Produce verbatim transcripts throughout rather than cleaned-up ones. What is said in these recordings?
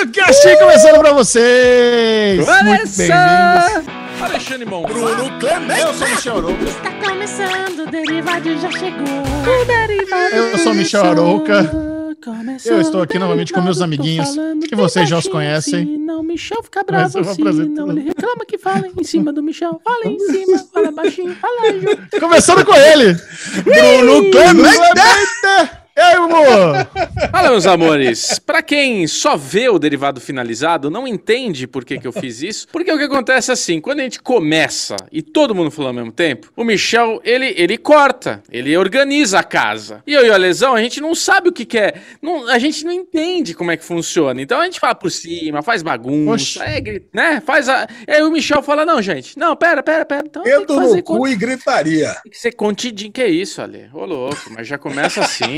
CulturaCast começando pra vocês! Olha Muito bem-vindos! Alexandre Mon, Bruno Clemente! Eu sou o Michel Arouca. Está começando, o Derivado já chegou. O Derivado Eu sou o Michel Arouca. Começou, Eu estou aqui novamente com meus amiguinhos, que vocês já os conhecem. Se não, Michel fica bravo eu vou assim, apresentando. não, ele reclama que fala em cima do Michel. Fala em cima, fala baixinho, fala junto. Começando com ele, Bruno Clemente! E aí, amor? Fala, meus amores. Pra quem só vê o derivado finalizado, não entende por que, que eu fiz isso. Porque o que acontece é assim, quando a gente começa e todo mundo fala ao mesmo tempo, o Michel, ele, ele corta, ele organiza a casa. E eu e o Alesão, a gente não sabe o que, que é, não, a gente não entende como é que funciona. Então a gente fala por cima, faz bagunça, é, né? Faz a... E aí o Michel fala, não, gente, não, pera, pera, pera. Então, tem Dedo que fazer no cu conta. e gritaria. Tem que ser contidinho, que é isso, Ale? Ô, louco, mas já começa assim.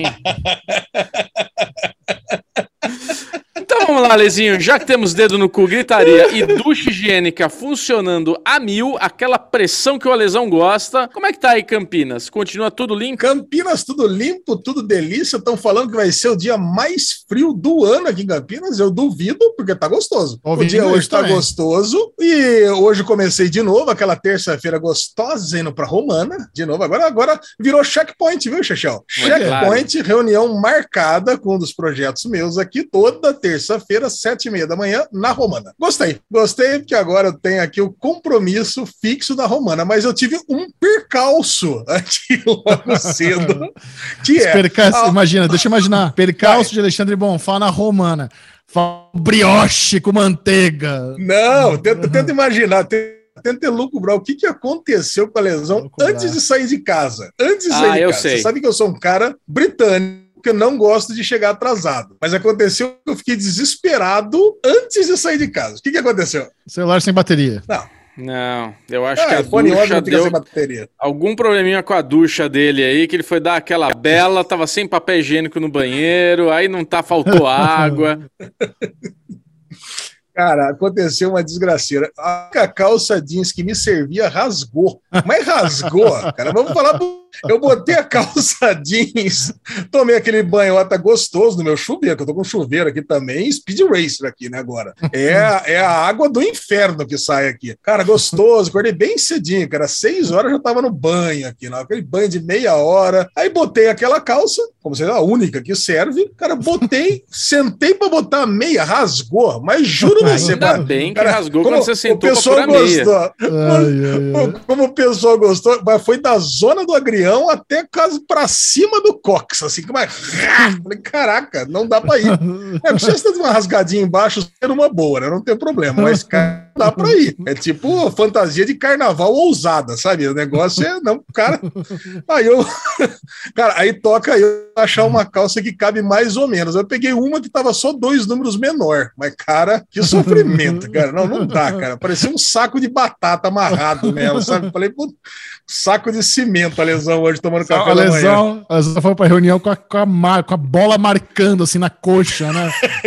Então vamos lá, Lezinho, já que temos dedo no cu, gritaria e ducha higiênica funcionando a mil, aquela pressão que o Alesão gosta, como é que tá aí Campinas? Continua tudo limpo? Campinas, tudo limpo, tudo delícia. Estão falando que vai ser o dia mais frio do ano aqui em Campinas. Eu duvido, porque tá gostoso. Ouvindo o dia hoje tá também. gostoso. E hoje comecei de novo, aquela terça-feira gostosa, indo pra Romana. De novo, agora, agora virou checkpoint, viu, Chechel? Checkpoint, claro. Reunião marcada com um dos projetos meus aqui, toda terça-feira, sete e meia da manhã, na Romana. Gostei, gostei, porque agora eu tenho aqui o compromisso fixo da Romana, mas eu tive um percalço aqui logo cedo, que é... Percalço, a... imagina, deixa eu imaginar, percalço de Alexandre Bonfá na Romana, brioche com manteiga. Não, tenta, tenta imaginar, tenta Tenta lucubrar o que, que aconteceu com a lesão antes de sair de casa. Antes de sair ah, de eu casa. Sei. Você sabe que eu sou um cara britânico, que eu não gosto de chegar atrasado. Mas aconteceu que eu fiquei desesperado antes de sair de casa. O que, que aconteceu? Celular sem bateria. Não. Não, eu acho ah, que a ducha deu bateria. algum probleminha com a ducha dele aí, que ele foi dar aquela bela, tava sem papel higiênico no banheiro, aí não tá, faltou água. Cara, aconteceu uma desgraceira. A calça jeans que me servia rasgou. Mas rasgou, cara. Vamos falar... Eu botei a calça jeans, tomei aquele banhota gostoso no meu chuveiro, que eu tô com chuveiro aqui também, Speed Racer aqui, né, agora. É, é a água do inferno que sai aqui. Cara, gostoso, acordei bem cedinho, cara, seis horas eu já tava no banho aqui, não, aquele banho de meia hora. Aí botei aquela calça, como seja a única que serve, cara, botei, sentei pra botar a meia, rasgou, mas juro pra você, Ainda cara, bem que cara, rasgou como quando você sentou o pessoal pra pôr a meia. gostou. Ai, ai, ai. Como o pessoal gostou, mas foi da zona do agrião até quase pra cima do cox, assim, como é? Falei, caraca, não dá pra ir. É, se você tem uma rasgadinha embaixo, é uma boa, né? Não tem problema, mas, cara, não dá pra ir. É tipo fantasia de carnaval ousada, sabe? O negócio é, não, cara. Aí eu, cara, aí toca eu achar uma calça que cabe mais ou menos. Eu peguei uma que tava só dois números menor, mas, cara, que sofrimento, cara. Não, não dá, cara. Parecia um saco de batata amarrado nela, sabe? Falei, pô, saco de cimento, a lesão hoje tomando café a da lesão, manhã. A lesão foi pra reunião com a, com, a mar, com a bola marcando assim na coxa, né?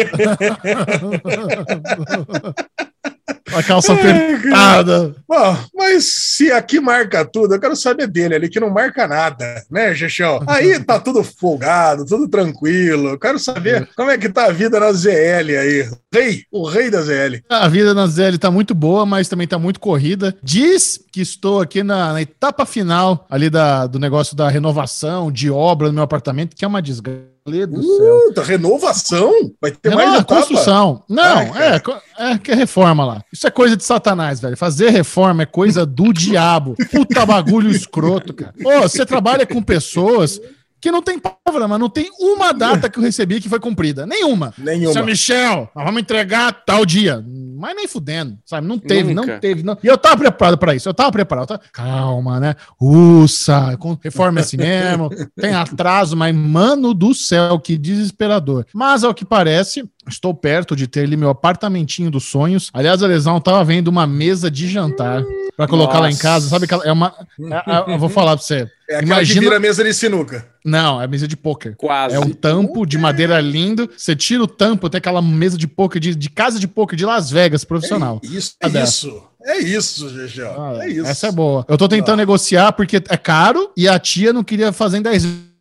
A calça apertada. Bom, mas se aqui marca tudo, eu quero saber dele ali, que não marca nada, né, Chechão? Aí tá tudo folgado, tudo tranquilo. Eu quero saber como é que tá a vida na Z L aí. Rei, o rei da Z L. A vida na Z L tá muito boa, mas também tá muito corrida. Diz que estou aqui na, na etapa final ali da, do negócio da renovação, de obra no meu apartamento, que é uma desgraça. Do uh, céu. Renovação? Vai ter Renova, mais etapa? Construção. Não, Ai, é, é que é reforma lá. Isso é coisa de Satanás, velho. Fazer reforma é coisa do diabo. Puta bagulho escroto, cara. Ô, você trabalha com pessoas que não tem palavra, mas não tem uma data que eu recebi que foi cumprida. Nenhuma. Nenhuma. Seu Michel, nós vamos entregar tal dia. Mas nem fudendo, sabe? Não teve, Nunca. não teve. Não. E eu tava preparado pra isso. Eu tava preparado. Eu tava... Calma, né? Uça, reforma é assim mesmo. Tem atraso, mas mano do céu, que desesperador. Mas ao que parece, estou perto de ter ali meu apartamentinho dos sonhos. Aliás, a Lesão tava vendo uma mesa de jantar pra colocar Nossa. lá em casa. Sabe que é uma... É, eu vou falar pra você. É aquela Imagina... que vira mesa de sinuca. Não, é mesa de pôquer. Quase. É um tampo de madeira lindo. Você tira o tampo, tem aquela mesa de pôquer, de, de casa de pôquer de Las Vegas, profissional. É isso, é isso. É isso, G G. Ah, é isso. Essa é boa. Eu tô tentando ah. negociar porque é caro e a tia não queria fazer em dez vezes.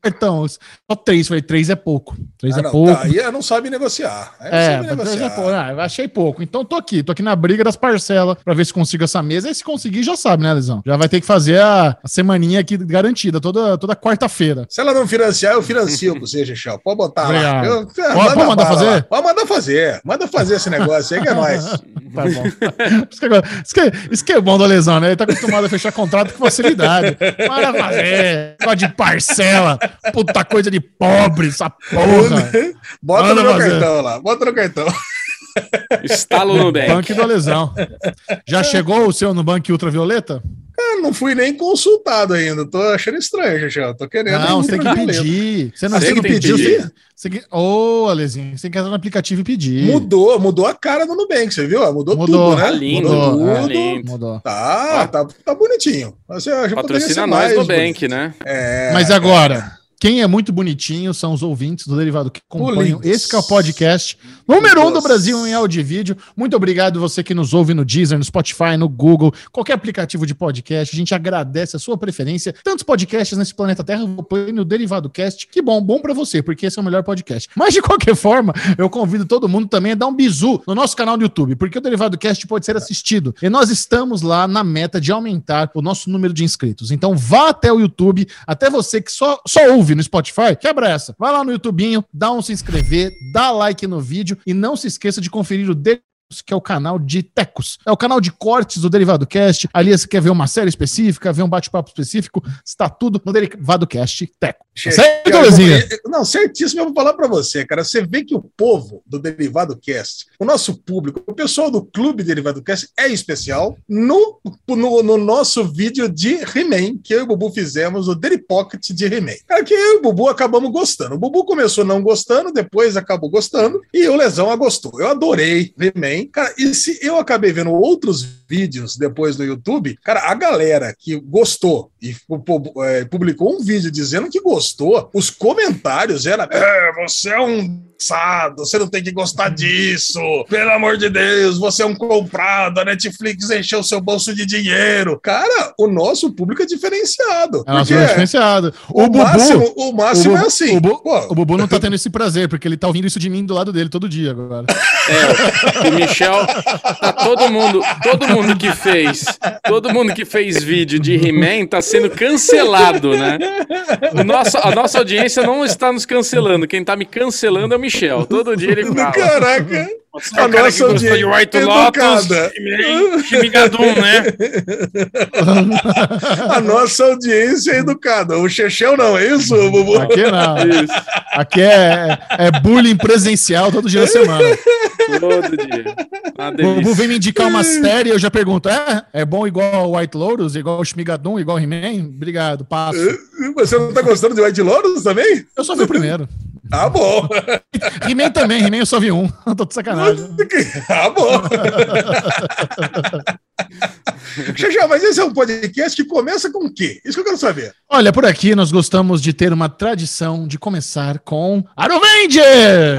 cartão? Só três. Falei, três é pouco. Três Ah, é não, pouco. tá, aí não sabe negociar. Aí não É, sabe três é negociar. pouco. Ah, eu achei pouco. Então tô aqui, tô aqui na briga das parcelas pra ver se consigo essa mesa. E se conseguir, já sabe, né, Lesão? Já vai ter que fazer a, a semaninha aqui garantida, toda, toda quarta-feira. Se ela não financiar, eu financio pra você, Xixão. Pode botar Obrigado. lá. Eu, Pode- pode mandar bala fazer? lá. Pode mandar fazer. Manda fazer esse negócio aí que é nóis. Tá bom. Isso que, é, isso, que é, isso que é bom do Lesão, né? Ele tá acostumado a fechar contrato com facilidade. Para fazer. Negócio de parcela. Puta coisa de pobre, essa porra. Bota Manda no meu fazer. cartão lá. Bota no cartão. Estalo no Nubank. Banco do Lesão. Já chegou o seu no Banco Ultravioleta? Eu não fui nem consultado ainda. Tô achando estranho, Xixão. Tô querendo. Não, ir você tem que ultravioleta. pedir. Você não, Ah, você tem não que pediu. pedir? Você, você que... Ô, Alezinho, você tem que entrar no aplicativo e pedir. Mudou, mudou a cara do Nubank, você viu? Mudou, Mudou. tudo, né? Tá lindo, Mudou tá tudo. lindo. Mudou. Tá, tá, tá bonitinho. Você já poderia Patrocina ser nós mais Nubank, bonito. né? É, Mas agora, quem é muito bonitinho são os ouvintes do Derivado que acompanham Lindos. esse que é o podcast número um do Lindos. Brasil em áudio e vídeo. Muito obrigado você que nos ouve no Deezer, no Spotify, no Google, qualquer aplicativo de podcast. A gente agradece a sua preferência. Tantos podcasts nesse planeta Terra, eu vou pôr no Derivado Cast. Que bom, bom pra você, porque esse é o melhor podcast. Mas de qualquer forma, eu convido todo mundo também a dar um bizu no nosso canal do YouTube, porque o Derivado Cast pode ser assistido. E nós estamos lá na meta de aumentar o nosso número de inscritos. Então vá até o YouTube, até você que só, só ouve no Spotify, quebra essa. Vai lá no YouTubinho, dá um se inscrever, dá like no vídeo e não se esqueça de conferir o Derivado, que é o canal de Tecos. É o canal de cortes do Derivado Cast. Ali você quer ver uma série específica, ver um bate-papo específico, está tudo no Derivado Cast Teco. Che- Certo, eu- Lezinha? eu- Não, certíssimo, eu vou falar pra você, cara. Você vê que o povo do Derivado Cast, o nosso público, o pessoal do Clube Derivado Cast é especial no, no, no nosso vídeo de He-Man, que eu e o Bubu fizemos, o Daily Pocket de He-Man. Cara, que eu e o Bubu acabamos gostando. O Bubu começou não gostando, depois acabou gostando, e o Lesão a gostou. Eu adorei He-Man. Cara, e se eu acabei vendo outros vídeos depois no YouTube, cara, a galera que gostou e pu- é, publicou um vídeo dizendo que gostou, os comentários eram: é, você é um sado, você não tem que gostar disso, pelo amor de Deus, você é um comprado, a Netflix encheu seu bolso de dinheiro. Cara, o nosso público é diferenciado. É nosso porque público diferenciado. o, O Bubu, máximo, o máximo o Bubu- é assim. o Bu- Pô, o Bubu não tá tendo esse prazer, porque ele tá ouvindo isso de mim do lado dele todo dia agora. É, o Michel, tá todo mundo, todo mundo que fez, todo mundo que fez vídeo de He-Man tá sendo cancelado, né? O nosso, a nossa audiência não está nos cancelando, quem tá me cancelando é o Michel. Todo dia ele fala. Caraca, Você a é o cara que nossa gostou de audiência White é Lotus, educada. He-Man, Shimigadum, né? a nossa audiência é educada. O Chechel não, é isso, Bubu? Aqui não. Isso, Aqui é, é bullying presencial todo dia da semana. todo dia. Uma O Bubu delícia. vem me indicar uma série, eu já pergunto: é? É bom igual o White Lotus, igual o Shmigadum, igual o He-Man? Obrigado, passo. Você não tá gostando de White Lotus também? Eu só vi o primeiro. Ah, bom. He-Man também, He-Man eu só vi um. Tô de sacanagem. Ah, bom. Chechel, mas esse é um podcast que começa com o quê? Isso que eu quero saber. Olha, por aqui nós gostamos de ter uma tradição de começar com Arovenger!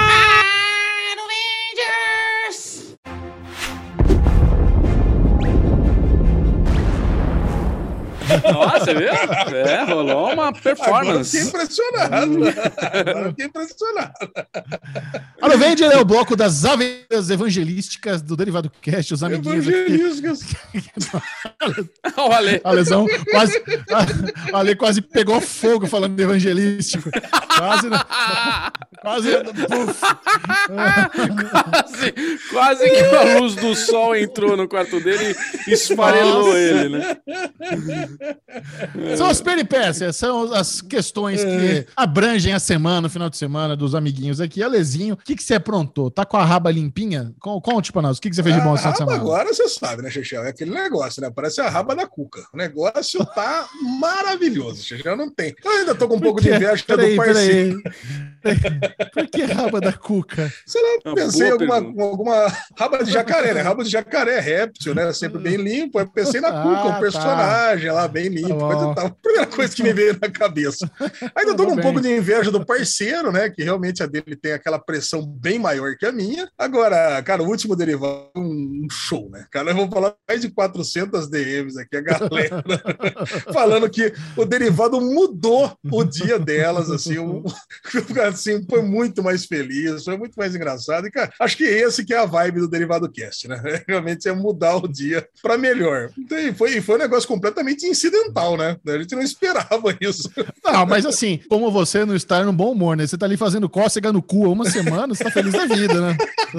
Nossa, viu? É, rolou uma Agora eu performance. fiquei impressionado. Agora eu fiquei impressionado. Arovenger é o bloco das avenidas evangelísticas do Derivado Cast, os amiguinhos aqui. Evangelistas. Olha, A lesão quase. A Ale quase pegou fogo falando de evangelístico. Quase. Quase. Puf. quase, quase que a luz do sol entrou no quarto dele e esfarelou Nossa. ele, né? São as peripécias, são as questões que abrangem a semana, o final de semana dos amiguinhos aqui. Alezinho, o que, que você aprontou? Tá com a raba limpinha? Con- Conte pra nós, o que, que você fez de bom A essa raba semana? agora você sabe, né, Chechel? É aquele negócio, né? Parece a raba da Cuca. O negócio tá maravilhoso, Chechel. Não tem. Eu ainda tô com um pouco de inveja Peraí, do parceiro. peraí. Por que raba da cuca? Sei lá, Uma pensei em boa alguma, pergunta. alguma raba de jacaré, né? Raba de jacaré é réptil, né? Sempre bem limpo. Eu pensei na Cuca, Ah, um personagem lá, bem bem limpo, Tá coisa e tal. Primeira coisa que me veio na cabeça. Ainda tô com um pouco de inveja do parceiro, né? Que realmente a dele tem aquela pressão bem maior que a minha. Agora, cara, o último derivado é um show, né? Cara, eu vou falar mais de quatrocentas D Ms aqui, a galera falando que o derivado mudou o dia delas, assim, um, assim, foi muito mais feliz, foi muito mais engraçado. E, cara, acho que esse que é a vibe do Derivado Cast, né? Realmente é mudar o dia para melhor. Então, foi, foi um negócio completamente incidental, né? A gente não esperava isso. Não, mas assim, como você não está no bom humor, né? Você tá ali fazendo cócega no cu há uma semana, você tá feliz da vida, né?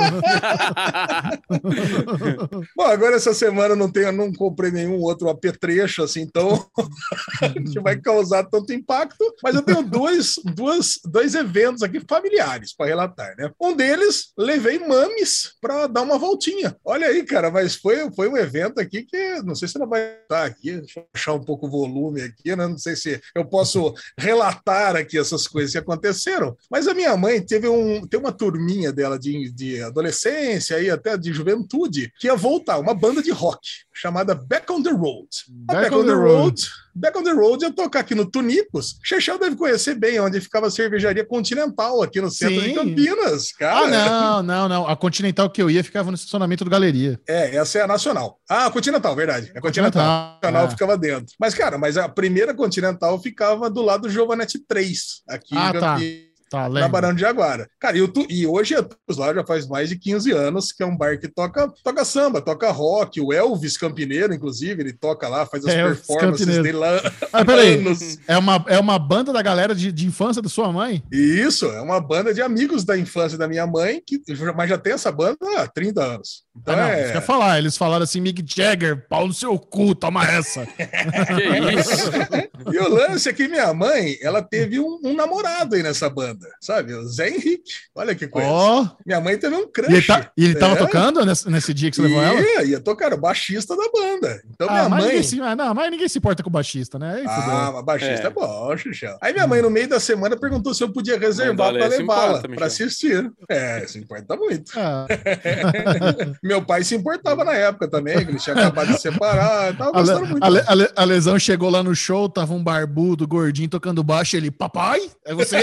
Bom, agora essa semana eu não, tenho, não comprei nenhum outro apetrecho, assim, então que vai causar tanto impacto, mas eu tenho dois, dois, dois eventos aqui familiares para relatar, né? Um deles, levei mames para dar uma voltinha. Olha aí, cara, mas foi, foi um evento aqui que, não sei se ela vai estar aqui, deixa eu achar um pouco o volume aqui, né? Não sei se eu posso relatar aqui essas coisas que aconteceram, mas a minha mãe teve um, tem uma turminha dela de, de adolescência e até de juventude que ia voltar, uma banda de rock chamada Back on the Road. Back, Back on, on the Road, road Back on the Road ia tocar aqui no Tunicos. Chechel deve conhecer bem, onde ficava a cervejaria Continental, aqui no centro Sim. de Campinas, cara. Ah, não, não, não. A Continental que eu ia ficava no estacionamento do Galeria. É, essa é a Nacional. Ah, a Continental, verdade. A Continental. A Nacional é. ficava dentro. Mas, cara, mas a primeira Continental ficava do lado do Giovanetti três, aqui ah, em Campinas. Tá. Tá, na Barão de Jaguara. Cara, e, tu, e hoje é lá já faz mais de quinze anos, que é um bar que toca, toca samba, toca rock. O Elvis Campineiro, inclusive, ele toca lá, faz as é, performances dele lá. Ah, peraí, é uma, é uma banda da galera de, de infância da sua mãe? Isso, é uma banda de amigos da infância da minha mãe, que, mas já tem essa banda há trinta anos. Então ah, não, é... isso que eu ia falar, eles falaram assim, Mick Jagger, pau no seu cu, toma essa. Que isso? E o lance é que minha mãe, ela teve um, um namorado aí nessa banda. Sabe, o Zé Henrique, olha que coisa. Oh. Minha mãe teve um crush. E ele, tá, e ele é. tava tocando nesse, nesse dia que você levou ela? Ia, ia tocar, o baixista da banda. Então ah, minha mas mãe... Ninguém se, não, mas ninguém se importa com o baixista, né? Aí, ah, mas baixista é, é bom, Xuxa. Aí minha mãe, no meio da semana, perguntou se eu podia reservar para levá-la, para assistir. É, se importa muito. Ah. Meu pai se importava na época também, que ele tinha acabado de separar. Tava gostando a, muito. A, a, a Lesão chegou lá no show, tava um barbudo, gordinho, tocando baixo, ele, papai, é você?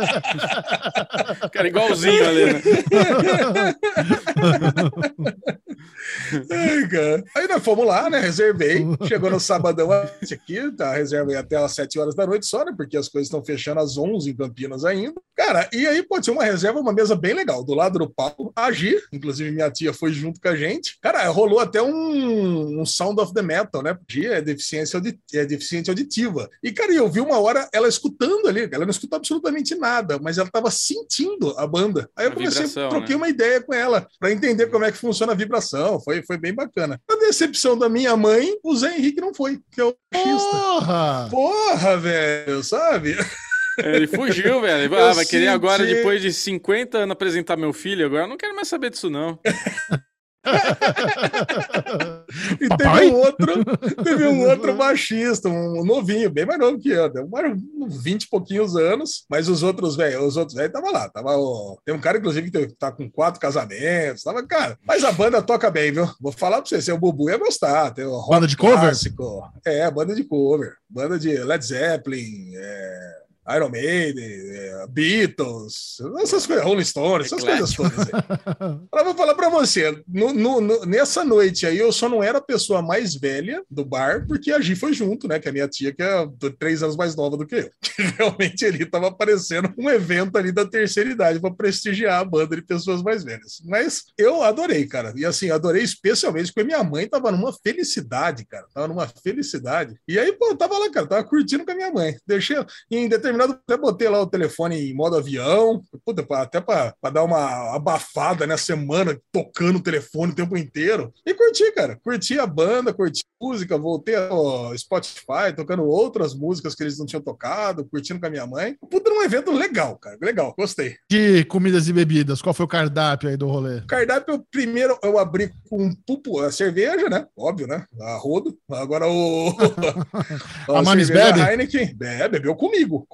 Cara, igualzinho ali, né? Ai, cara. Aí nós fomos lá, né? Reservei. Chegou no sabadão aqui, tá? Reservei até às sete horas da noite só, né? Porque as coisas estão fechando às onze em Campinas ainda. Cara, e aí pode ser uma reserva, uma mesa bem legal. Do lado do palco, a Gi, inclusive minha tia foi junto com a gente. Cara, rolou até um, um Sound of the Metal, né? Gi é deficiência audit é deficiente auditiva. E, cara, eu vi uma hora ela escutando ali. Ela não escutou absolutamente nada, mas ela tava sentindo a banda. Aí eu a comecei, troquei né? uma ideia com ela para entender como é que funciona a vibração. Foi, foi bem bacana. A decepção da minha mãe, o Zé Henrique não foi, que é o baixista. Porra! Porra, velho, sabe? É, ele fugiu, velho. Ah, vai querer agora, depois de cinquenta anos, apresentar meu filho. Agora eu não quero mais saber disso, não. E teve um outro, teve um outro baixista, um novinho, bem mais novo que eu, deu uns vinte e pouquinhos anos, mas os outros, velho, os outros velho tava lá, tava o... tem um cara, inclusive, que tá com quatro casamentos, tava, cara, mas a banda toca bem, viu? Vou falar pra você, se o Bubu ia gostar, tem o rock banda de cover? Clássico. É, banda de cover, banda de Led Zeppelin, é... Iron Maiden, Beatles, essas coisas, Rolling Stones, essas coisas todas aí. Eu vou falar pra você, no, no, no, nessa noite aí eu só não era a pessoa mais velha do bar, porque a Gi foi junto, né, que é a minha tia, que é três anos mais nova do que eu. Que realmente ali tava aparecendo um evento ali da terceira idade pra prestigiar a banda de pessoas mais velhas. Mas eu adorei, cara, e assim, adorei especialmente porque minha mãe tava numa felicidade, cara, tava numa felicidade. E aí, pô, eu tava lá, cara, tava curtindo com a minha mãe. Deixei, em determinado até botei lá o telefone em modo avião, puta, até para dar uma abafada na semana, tocando o telefone o tempo inteiro. E curti, cara. Curti a banda, curti a música, voltei ao Spotify, tocando outras músicas que eles não tinham tocado, curtindo com a minha mãe. Puta, um evento legal, cara. Legal, gostei. De comidas e bebidas, qual foi o cardápio aí do rolê? O cardápio, primeiro, eu abri com um pupo, a cerveja, né? Óbvio, né? A rodo. Agora o... a Mames bebe? Heineken, bebe, bebeu comigo.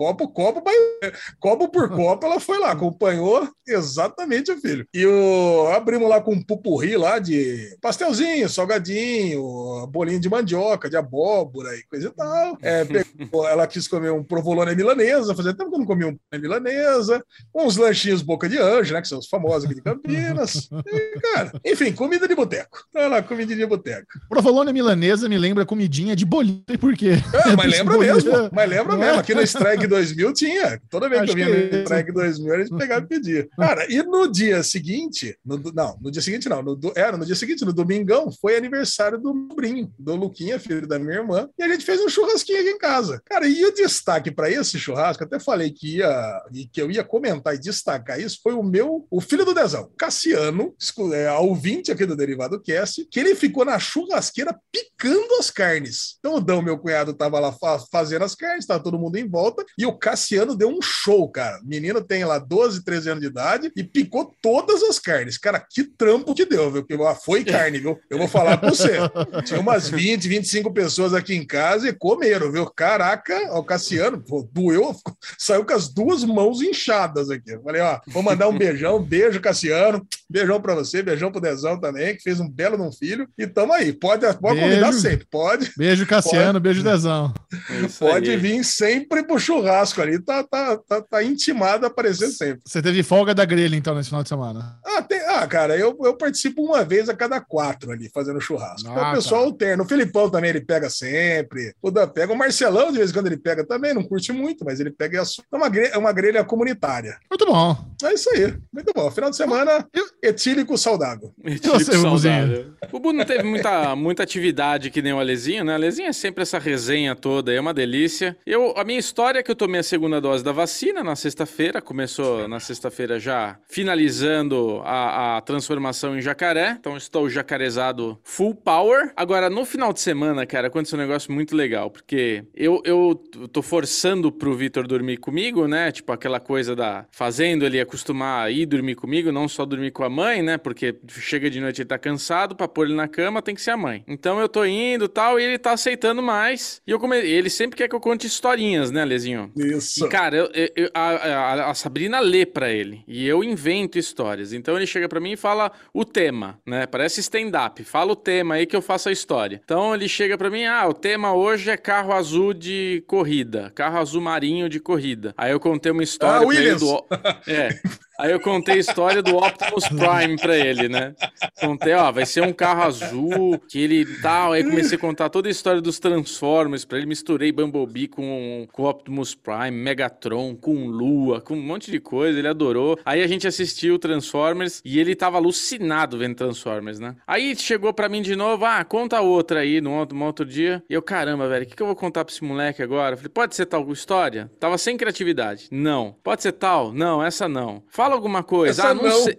copo, copo, copo por copo, ela foi lá, acompanhou exatamente o filho. E o, abrimos lá com um pupurri lá de pastelzinho, salgadinho, bolinho de mandioca, de abóbora e coisa e tal. É, pegou, ela quis comer um provolone milanesa, fazia tempo que eu não comia um milanesa, uns lanchinhos boca de anjo, né, que são os famosos aqui de Campinas. E, cara, enfim, comida de boteco. Tá lá, comida de boteco. Provolone milanesa me lembra comidinha de bolinho, por quê? É, mas lembra mesmo, mas lembra mesmo. Aqui no Strike dois mil tinha. Toda vez que eu vinha no Strike dois mil, a gente pegava e pedia. Cara, e no dia seguinte, no, não, no dia seguinte não, no, era no dia seguinte, no domingão, foi aniversário do Brinho, do Luquinha, filho da minha irmã, e a gente fez um churrasquinho aqui em casa. Cara, e o destaque para esse churrasco, até falei que ia, e que eu ia comentar e destacar isso, foi o meu, o filho do Dezão, Cassiano, é, ouvinte aqui do Derivado Cast, que ele ficou na churrasqueira picando as carnes. Então o Dão, meu cunhado, tava lá fa fazendo as carnes, tava todo mundo em volta, e o Cassiano deu um show, cara. O menino tem lá doze, treze anos de idade e picou todas as carnes. Cara, que trampo que deu, viu? Que foi carne, viu? Eu vou falar pra você. Tinha umas vinte, vinte e cinco pessoas aqui em casa e comeram, viu? Caraca, o Cassiano, pô, doeu, saiu com as duas mãos inchadas aqui. Eu falei, ó, vou mandar um beijão, beijo, Cassiano, beijão pra você, beijão pro Dezão também, que fez um belo num filho, e tamo aí, pode, pode convidar sempre, pode. Beijo, Cassiano, pode, beijo, Dezão. Pode aí. Vir sempre pro churrasco ali, tá, tá, tá, tá intimado a aparecer sempre. Você teve folga da grelha, então, nesse final de semana? Ah, tem, ah cara, eu, eu participo uma vez a cada quatro ali, fazendo churrasco. Ah, então, o pessoal tá. Alterna. O Filipão também, ele pega sempre. O Dan pega. O Marcelão, de vez em quando, ele pega também, não curte muito, mas ele pega. É uma grelha, é uma grelha comunitária. Muito bom. É isso aí, muito bom. Final de semana, eu... etílico saudável. Etílico você, saudável. O Bu não teve muita, muita atividade que nem o Alezinho, né? O Alezinho é sempre essa resenha toda, é uma delícia. Eu, a minha história é que eu tomei a segunda dose da vacina na sexta-feira, começou na sexta-feira já finalizando a, a transformação em jacaré, então estou jacarezado full power. Agora, no final de semana, cara, aconteceu um negócio muito legal, porque eu, eu tô forçando pro Vitor dormir comigo, né? Tipo, aquela coisa da fazendo ele acostumar a ir dormir comigo, não só dormir com a mãe, né? Porque chega de noite ele tá cansado, pra pôr ele na cama tem que ser a mãe. Então eu tô indo e tal, e ele tá aceitando mais. E eu come... ele sempre quer que eu conte historinhas, né, Lezinho? Isso. E, cara, eu, eu, a, a, a Sabrina lê pra ele, e eu invento histórias. Então ele chega pra mim e fala o tema, né? Parece stand-up. Fala o tema aí que eu faço a história. Então ele chega pra mim, ah, o tema hoje é carro azul de corrida, carro azul marinho de corrida. Aí eu contei uma história ah, pra ele do... É... Aí eu contei a história do Optimus Prime pra ele, né? Contei, ó, vai ser um carro azul, que ele tal. Aí comecei a contar toda a história dos Transformers pra ele. Misturei Bumblebee com, com Optimus Prime, Megatron, com Lua, com um monte de coisa. Ele adorou. Aí a gente assistiu Transformers e ele tava alucinado vendo Transformers, né? Aí chegou pra mim de novo, ah, conta outra aí, num outro, num outro dia. E eu, caramba, velho, o que, que eu vou contar pra esse moleque agora? Eu falei, pode ser tal história? Tava sem criatividade. Não. Pode ser tal? Não, essa não. Fala alguma coisa. Essa ah, não, não. sei.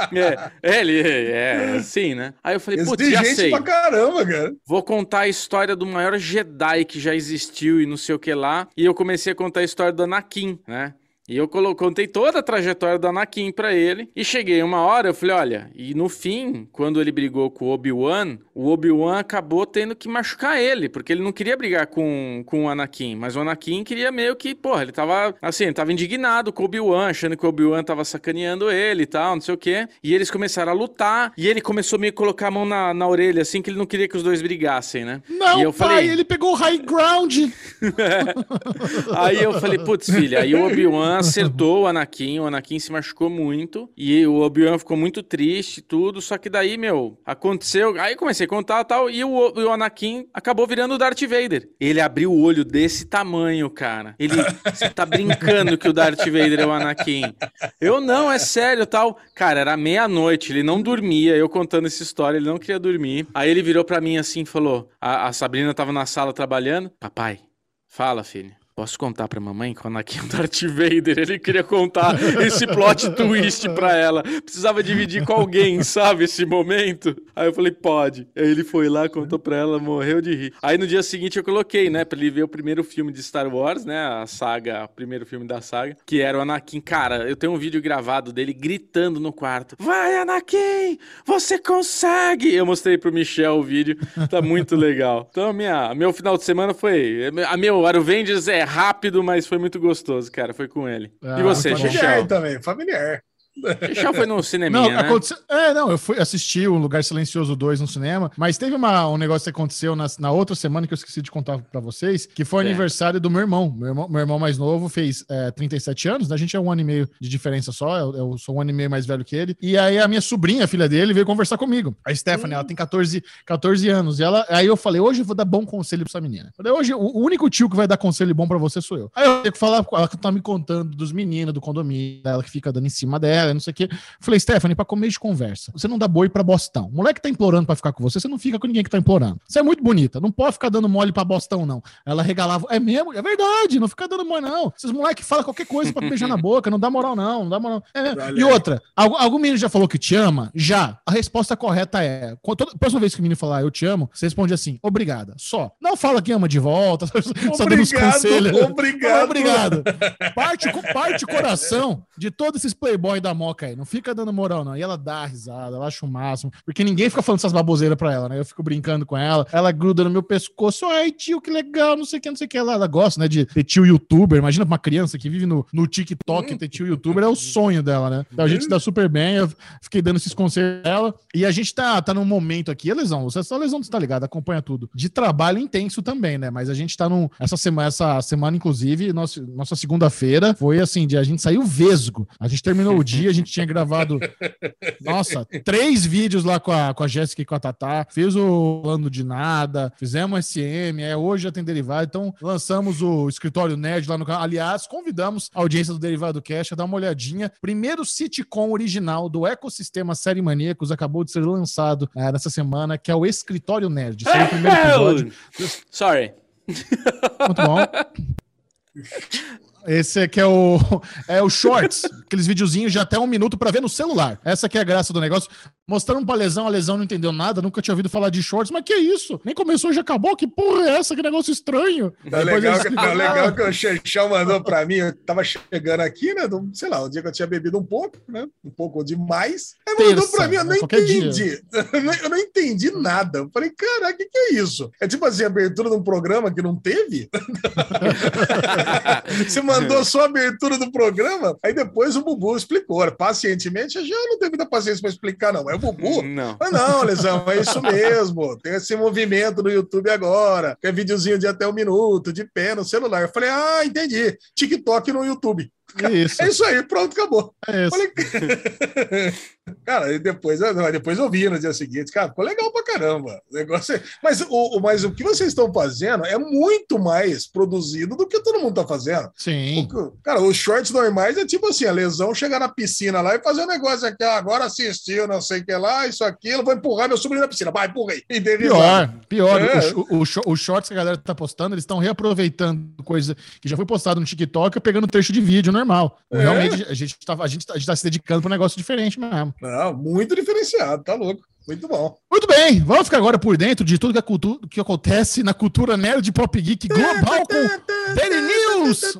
É, ele é assim, né? Aí eu falei, putz, já gente sei. Pra caramba, cara. Vou contar a história do maior Jedi que já existiu e não sei o que lá. E eu comecei a contar a história do Anakin, né? E eu contei toda a trajetória do Anakin pra ele. E cheguei uma hora, eu falei, olha... E no fim, quando ele brigou com o Obi-Wan... O Obi-Wan acabou tendo que machucar ele. Porque ele não queria brigar com, com o Anakin. Mas o Anakin queria meio que... Porra, ele tava... Assim, ele tava indignado com o Obi-Wan. Achando que o Obi-Wan tava sacaneando ele e tal, não sei o quê. E eles começaram a lutar. E ele começou meio a colocar a mão na, na orelha, assim... Que ele não queria que os dois brigassem, né? Não, e eu pai, falei... ele pegou o high ground. Aí eu falei, putz, filha... Aí o Obi-Wan acertou o Anakin, o Anakin se machucou muito, e o Obi-Wan ficou muito triste e tudo, só que daí, meu, aconteceu, aí comecei a contar e tal, e o, o Anakin acabou virando o Darth Vader. Ele abriu o olho desse tamanho, cara. Ele, você tá brincando que o Darth Vader é o Anakin. Eu, não, é sério, tal. Cara, era meia-noite, ele não dormia, eu contando essa história, ele não queria dormir. Aí ele virou pra mim assim e falou, a, a Sabrina tava na sala trabalhando, papai, fala, filho. Posso contar pra mamãe que o Anakin é o Darth Vader? Ele queria contar esse plot twist pra ela. Precisava dividir com alguém, sabe, esse momento. Aí eu falei, pode. Aí ele foi lá, contou pra ela, morreu de rir. Aí no dia seguinte eu coloquei, né, pra ele ver o primeiro filme de Star Wars, né, a saga, o primeiro filme da saga, que era o Anakin. Cara, eu tenho um vídeo gravado dele gritando no quarto. Vai, Anakin! Você consegue! Eu mostrei pro Michel o vídeo. Tá muito legal. Então, minha, meu final de semana foi... A meu Avengers é é rápido, mas foi muito gostoso, cara. Foi com ele. Ah, e você, muito bom. Xixel? Familiar também, familiar. Xixel foi no cineminha, Não, né? aconteceu, é, não, eu fui assistir o Lugar Silencioso dois no cinema, mas teve uma, um negócio que aconteceu na, na outra semana que eu esqueci de contar pra vocês, que foi o É. aniversário do meu irmão. Meu irmão, meu irmão mais novo fez é, trinta e sete anos, né? A gente é um ano e meio de diferença só, eu, eu sou um ano e meio mais velho que ele. E aí a minha sobrinha, a filha dele, veio conversar comigo. A Stephanie, ela tem catorze, catorze anos. E ela, aí eu falei, hoje eu vou dar bom conselho pra essa menina. Falei, hoje o, o único tio que vai dar conselho bom pra você sou eu. Aí eu tenho que falar com ela, que tá me contando dos meninos do condomínio, ela que fica dando em cima dela, não sei o quê. Falei, Stephanie, pra comer de conversa, você não dá boi pra bostão. O moleque tá implorando pra ficar com você, você não fica com ninguém que tá implorando. Você é muito bonita, não pode ficar dando mole pra bostão, não. Ela regalava, é mesmo? É verdade, não fica dando mole, não. Esses moleques falam qualquer coisa pra beijar na boca, não dá moral, não, não dá moral. É. E outra, algum, algum menino já falou que te ama? Já. A resposta correta é, toda, próxima vez que o menino falar eu te amo, você responde assim, obrigada, só. Não fala que ama de volta, só dando os conselhos. Obrigado, obrigado. Parte, parte o coração de todos esses playboy da Moca aí, não fica dando moral, não. E ela dá risada, ela acha o máximo. Porque ninguém fica falando essas baboseiras pra ela, né? Eu fico brincando com ela, ela gruda no meu pescoço. Ai, tio, que legal, não sei o que, não sei o que. Ela, ela gosta, né, de ter tio youtuber. Imagina pra uma criança que vive no, no TikTok ter tio youtuber, é o sonho dela, né? Então a gente se dá super bem, eu fiquei dando esses conselhos pra ela. E a gente tá, tá num momento aqui, a Lesão, você só Lesão, você tá ligado, acompanha tudo. De trabalho intenso também, né? Mas a gente tá num. Essa semana, essa semana inclusive, nossa, nossa segunda-feira foi assim, de a gente saiu vesgo. A gente terminou o dia, a gente tinha gravado. Nossa, três vídeos lá com a, com a Jéssica e com a Tatá. Fiz o Falando de Nada, fizemos S M, é, hoje já tem Derivado. Então, lançamos o Escritório Nerd lá no canal. Aliás, convidamos a audiência do Derivado Cast a dar uma olhadinha. Primeiro sitcom original do ecossistema Série Maníacos acabou de ser lançado é, nessa semana, que é o Escritório Nerd. Esse é o primeiro episódio. Sorry. Muito bom. Esse aqui é o, é o Shorts, aqueles videozinhos de até um minuto pra ver no celular. Essa aqui é a graça do negócio. Mostrando pra Lesão, a Lesão não entendeu nada, nunca tinha ouvido falar de Shorts, mas que isso? Nem começou, já acabou? Que porra é essa? Que negócio estranho. Tá legal, que, tá legal que o Xexão mandou pra mim, eu tava chegando aqui, né, do, sei lá, o dia que eu tinha bebido um pouco, né, um pouco demais, aí mandou Terça, pra mim, eu não entendi, dia. eu não, eu não entendi nada, eu falei, caraca, o que que é isso? É tipo assim, a abertura de um programa que não teve? Você mandou só a abertura do programa, aí depois o Bubu explicou, pacientemente, eu já não tenho muita paciência pra explicar não, é o Bubu? Não. Ah, não, Lesão, é isso mesmo. Tem esse movimento no YouTube agora, que é videozinho de até um minuto, de pé no celular. Eu falei, ah, entendi. TikTok no YouTube. Isso. É isso aí, pronto, acabou. É isso. Falei, cara, e depois, depois eu vi no dia seguinte, cara, ficou legal pra caramba. O negócio é... mas, o, mas o que vocês estão fazendo é muito mais produzido do que todo mundo tá fazendo. Sim. O, cara, os shorts normais é tipo assim, a Lesão chegar na piscina lá e fazer um negócio aqui, ah, agora assistiu, não sei o que lá, isso, aquilo, vou empurrar meu sobrinho na piscina, vai, empurrei. E dei risada. Pior, pior. É. O, o, o, os shorts que a galera tá postando, eles estão reaproveitando coisa que já foi postado no TikTok e pegando trecho de vídeo normal. É. Realmente, a gente, tá, a, gente, a gente tá se dedicando pra um negócio diferente mesmo. Não, muito diferenciado, tá louco. Muito bom. Muito bem, vamos ficar agora por dentro de tudo que, a cultura, que acontece na cultura nerd pop geek global com Daily News.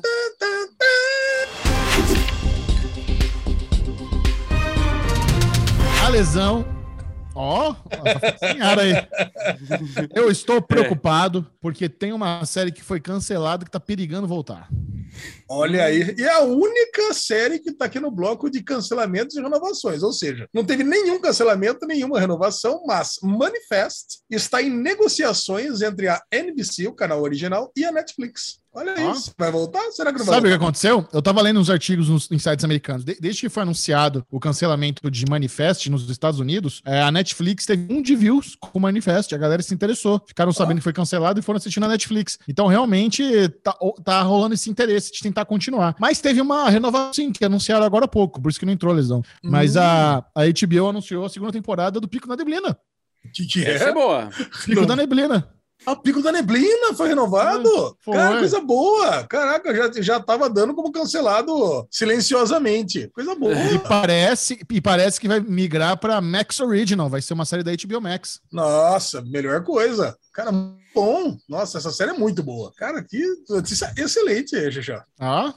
A Lesão. Ó, oh, senhora aí. Eu estou preocupado porque tem uma série que foi cancelada que tá perigando voltar. Olha aí, e é a única série que tá aqui no bloco de cancelamentos e renovações, ou seja, não teve nenhum cancelamento, nenhuma renovação, mas Manifest está em negociações entre a N B C, o canal original, e a Netflix. Olha Ah. isso, vai voltar? Será que não vai Sabe o que voltar? aconteceu? Eu tava lendo uns artigos nos em sites americanos. De- desde que foi anunciado o cancelamento de Manifest nos Estados Unidos, é, a Netflix teve um de views com o Manifest. A galera se interessou. Ficaram sabendo que foi cancelado e foram assistir na Netflix. Então, realmente, tá, o- tá rolando esse interesse de tentar continuar. Mas teve uma renovação, sim, que anunciaram agora há pouco. Por isso que não entrou, Lesão. Mas Hum. a, a H B O anunciou a segunda temporada do Pico da Neblina. O que, que Essa é é? boa. Pico Não. da Neblina. Ah, o Pico da Neblina foi renovado? Foi. Cara, coisa boa. Caraca, eu já, já tava dando como cancelado silenciosamente. Coisa boa. E parece, e parece que vai migrar pra Max Original. Vai ser uma série da H B O Max. Nossa, melhor coisa. Cara, bom. Nossa, essa série é muito boa. Cara, que notícia excelente, Xixá. Ah,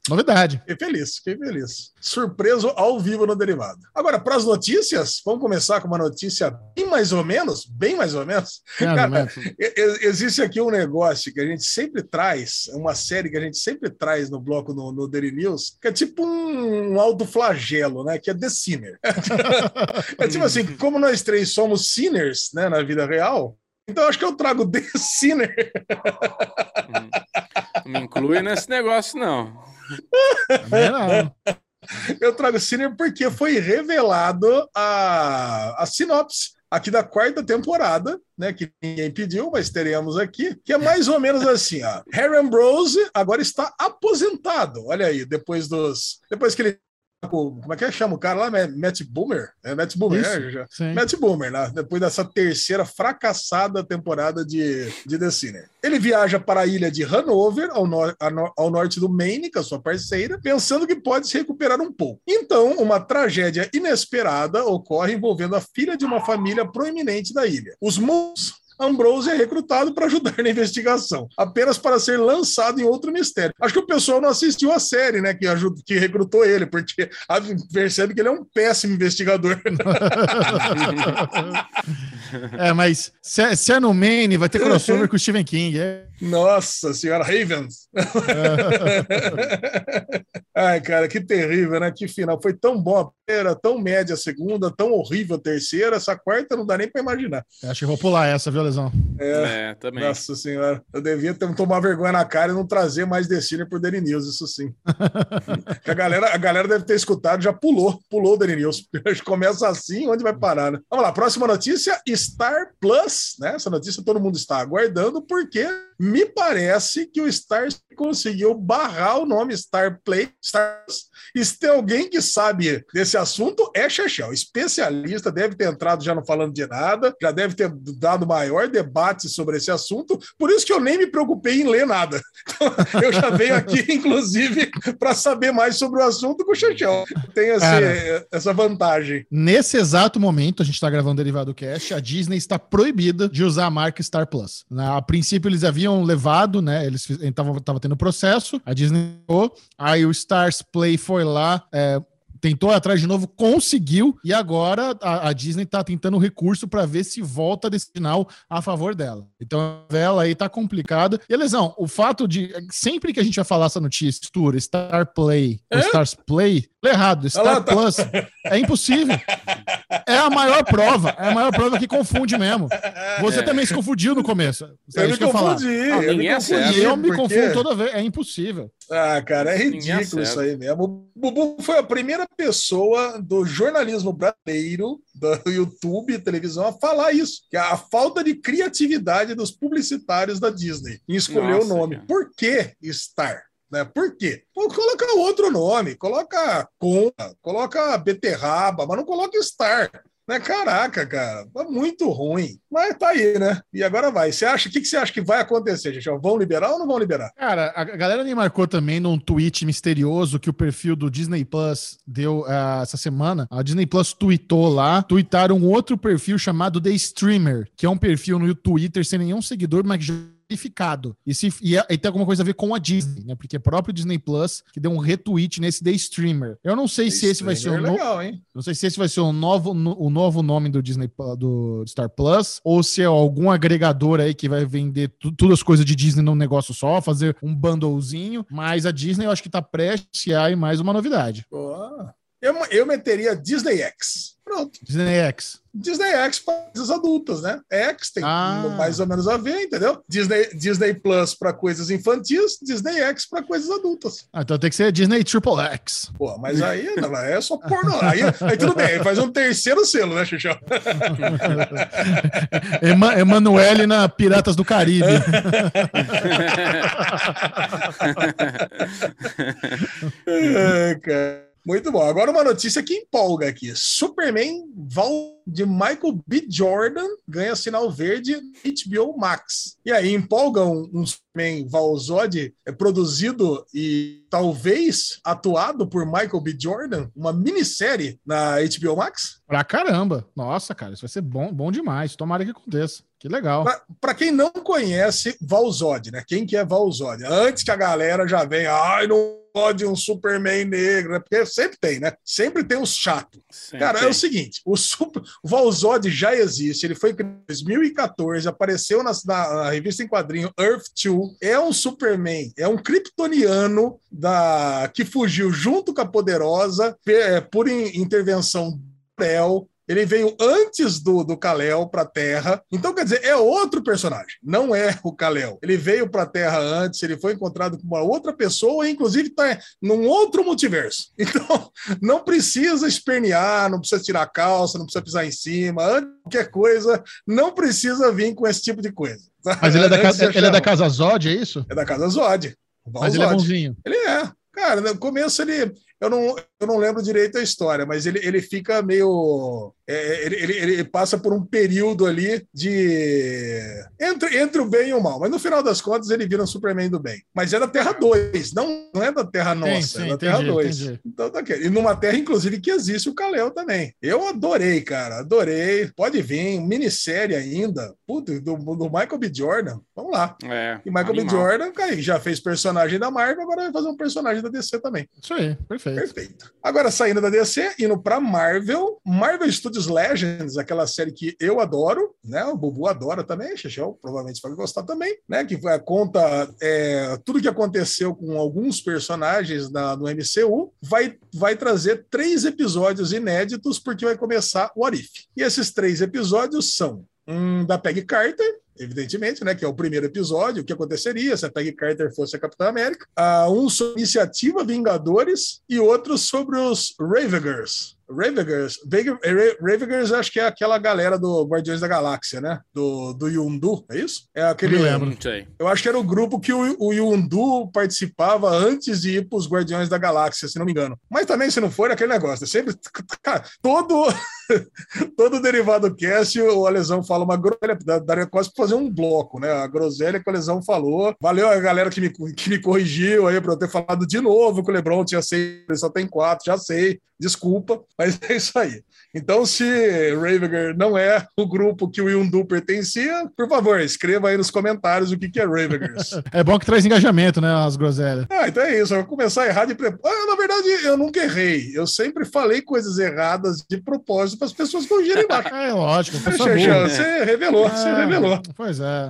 Novidade. Fiquei feliz, fiquei feliz. Surpreso ao vivo no Derivado. Agora, para as notícias, vamos começar com uma notícia bem mais ou menos, bem mais ou menos. Cara, existe aqui um negócio que a gente sempre traz, uma série que a gente sempre traz no bloco no, no Daily News, que é tipo um, um autoflagelo, né? Que é The Sinner. É tipo assim, como nós três somos sinners, né, na vida real, então acho que eu trago The Sinner. Não me inclui nesse negócio, não. Não. Eu trago Sinner porque foi revelado a, a sinopse aqui da quarta temporada, né, que ninguém pediu, mas teremos aqui, que é mais ou menos assim, ó. Harry Ambrose agora está aposentado, olha aí, depois dos... Depois que ele... Como é que chama o cara lá? Matt Boomer? É Matt Boomer, Isso, é, já. sim. Matt Boomer, né? Depois dessa terceira fracassada temporada de, de The Sinner. Ele viaja para a ilha de Hanover, ao, no, ao norte do Maine, com a sua parceira, pensando que pode se recuperar um pouco. Então, uma tragédia inesperada ocorre envolvendo a filha de uma família proeminente da ilha. Os Moons. Ambrose é recrutado para ajudar na investigação, apenas para ser lançado em outro mistério. Acho que o pessoal não assistiu a série, né, que, ajuda, que recrutou ele, porque percebe que ele é um péssimo investigador. É, mas se é, se é no Maine, vai ter crossover com o Stephen King. É. Nossa senhora, Ravens. É. Ai, cara, que terrível, né? Que final. Foi tão bom a primeira, tão média a segunda, tão horrível a terceira. Essa quarta não dá nem para imaginar. Eu acho que eu vou pular essa, viu, Lesão? É, é, também. Nossa senhora. Eu devia ter, tomar vergonha na cara e não trazer mais The Sinner por Daily News, isso sim. a, galera, a galera deve ter escutado, já pulou, pulou o Daily News. Começa assim, onde vai parar, né? Vamos lá, próxima notícia, Star Plus, né? Essa notícia todo mundo está aguardando, porque me parece que o Star conseguiu barrar o nome Star Play, Star Plus. E se tem alguém que sabe desse assunto, é Chechel, especialista, deve ter entrado já não falando de nada, já deve ter dado maior debate sobre esse assunto, por isso que eu nem me preocupei em ler nada. Então, eu já venho aqui, inclusive, para saber mais sobre o assunto com o Chechel. Tem esse, Cara, essa vantagem. Nesse exato momento, a gente está gravando o Derivado Cast, a Disney está proibida de usar a marca Star Plus. A princípio, eles haviam levado, né? Eles estavam tendo processo, a Disney, aí o Stars Play foi lá, é, tentou atrás de novo, conseguiu, e agora a, a Disney tá tentando recurso para ver se volta desse final a favor dela. Então, ela aí tá complicada. E, Lesão, o fato de, sempre que a gente vai falar essa notícia, Star, Star Play, ou Stars Play, é errado, Star lá, tá. Plus, é impossível. É a maior prova, é a maior prova que confunde mesmo. Você é. também se confundiu no começo. Eu me confundi, eu, eu me confundi. Eu me confundo toda vez, é impossível. Ah, cara, é ridículo isso aí mesmo. O Bubu foi a primeira pessoa do jornalismo brasileiro, do YouTube, televisão, a falar isso, que é a falta de criatividade dos publicitários da Disney em escolher Nossa, o nome. Cara. Por que Star? Né? Por quê? Pô, coloca outro nome, coloca Conta, coloca Beterraba, mas não coloca Star. Né? Caraca, cara, tá muito ruim. Mas tá aí, né? E agora vai. Você acha, o que, que você acha que vai acontecer, gente? Vão liberar ou não vão liberar? Cara, a galera me marcou também num tweet misterioso que o perfil do Disney Plus deu uh, essa semana. A Disney Plus tweetou lá, tweetaram um outro perfil chamado The Streamer, que é um perfil no Twitter sem nenhum seguidor, mas que verificado. E, se, e, é, e tem alguma coisa a ver com a Disney, né? Porque é próprio Disney Plus que deu um retweet nesse The Streamer. Eu não sei The se esse vai ser o no... legal, hein? Não sei se esse vai ser o novo, no, o novo nome do Disney do Star Plus, ou se é algum agregador aí que vai vender tu, tudo as coisas de Disney num negócio só, fazer um bundlezinho. Mas a Disney eu acho que tá prestes a ir mais uma novidade. Oh. Eu, eu meteria Disney X. Pronto. Disney X. Disney X para coisas adultas, né? X tem ah. mais ou menos a ver, entendeu? Disney, Disney Plus para coisas infantis, Disney X para coisas adultas. Ah, então tem que ser Disney Triple X. Pô, mas aí não, é só porno. Aí, aí tudo bem, aí faz um terceiro selo, né, Xuxa? Ema Emanuele na Piratas do Caribe. É, cara. Muito bom. Agora uma notícia que empolga aqui. Superman volta de Michael B. Jordan ganha sinal verde H B O Max. E aí empolga um, um Superman Val Zod, é produzido e talvez atuado por Michael B. Jordan, uma minissérie na H B O Max? Pra caramba. Nossa, cara, isso vai ser bom, bom demais. Tomara que aconteça. Que legal. Pra, pra quem não conhece Val Zod, né? Quem que é Val Zod? Antes que a galera já venha, ai, não pode um Superman negro, né? Porque sempre tem, né? Sempre tem os chatos. Cara, tem. É o seguinte, o, super, o Val Zod já existe, ele foi criado em dois mil e quatorze, apareceu na, na, na revista em quadrinho Earth dois, é um Superman, é um kryptoniano da, que fugiu junto com a Poderosa é, por in, intervenção do Kal-El. Ele veio antes do, do Kal-El para a Terra. Então, quer dizer, é outro personagem. Não é o Kal-El. Ele veio para a Terra antes, ele foi encontrado com uma outra pessoa, e inclusive está num outro multiverso. Então, não precisa espernear, não precisa tirar a calça, não precisa pisar em cima. Antes de qualquer coisa, não precisa vir com esse tipo de coisa. Mas ele é da, casa, ele é da Casa Zod, é isso? É da Casa Zod. Mas ele é bonzinho. Ele é. Cara, no começo ele... Eu não, eu não lembro direito a história, mas ele, ele fica meio... É, ele, ele, ele passa por um período ali de... Entre, entre o bem e o mal. Mas no final das contas ele vira um Superman do bem. Mas é da Terra dois, não, não é da Terra nossa, sim, sim, é da entendi, Terra dois. Entendi. Então tá aqui. E numa Terra, inclusive, que existe o Kal-El também. Eu adorei, cara. Adorei. Pode vir. Minissérie ainda. Puta, do, do Michael B. Jordan. Vamos lá. É, e Michael animal. B. Jordan, cara, já fez personagem da Marvel, agora vai fazer um personagem da D C também. Isso aí, perfeito. Perfeito. Agora, saindo da D C, indo pra Marvel, Marvel Studios Legends, aquela série que eu adoro, né? O Bubu adora também, Chechel provavelmente vai gostar também, né? Que conta é, tudo que aconteceu com alguns personagens da, do M C U, vai, vai trazer três episódios inéditos, porque vai começar o What If. E esses três episódios são um da Peggy Carter, evidentemente, né, que é o primeiro episódio, o que aconteceria se a Peggy Carter fosse a Capitã América, uh, um sobre Iniciativa Vingadores e outro sobre os Ravagers. Ravagers, Ravagers acho que é aquela galera do Guardiões da Galáxia, né? Do, do Yondu, é isso? É aquele. Eu lembro. Eu acho que era o grupo que o, o Yondu participava antes de ir para os Guardiões da Galáxia, se não me engano. Mas também, se não for, é aquele negócio. É sempre. Cara, todo, todo derivado cast, o Alesão fala uma groselha, daria quase para fazer um bloco, né? A groselha que o Alesão falou. Valeu a galera que me, que me corrigiu aí para eu ter falado de novo que o LeBron tinha seis, ele só tem quatro, já sei. Desculpa, mas é isso aí. Então, se Ravager não é o grupo que o Yondu pertencia, por favor, escreva aí nos comentários o que, que é Ravagers. É bom que traz engajamento, né, as groselhas. Ah, então é isso. Eu vou começar a errar de propósito. Ah, na verdade, eu nunca errei. Eu sempre falei coisas erradas de propósito para as pessoas corrigirem embaixo. É lógico. É, você revelou, é, você revelou. Pois é.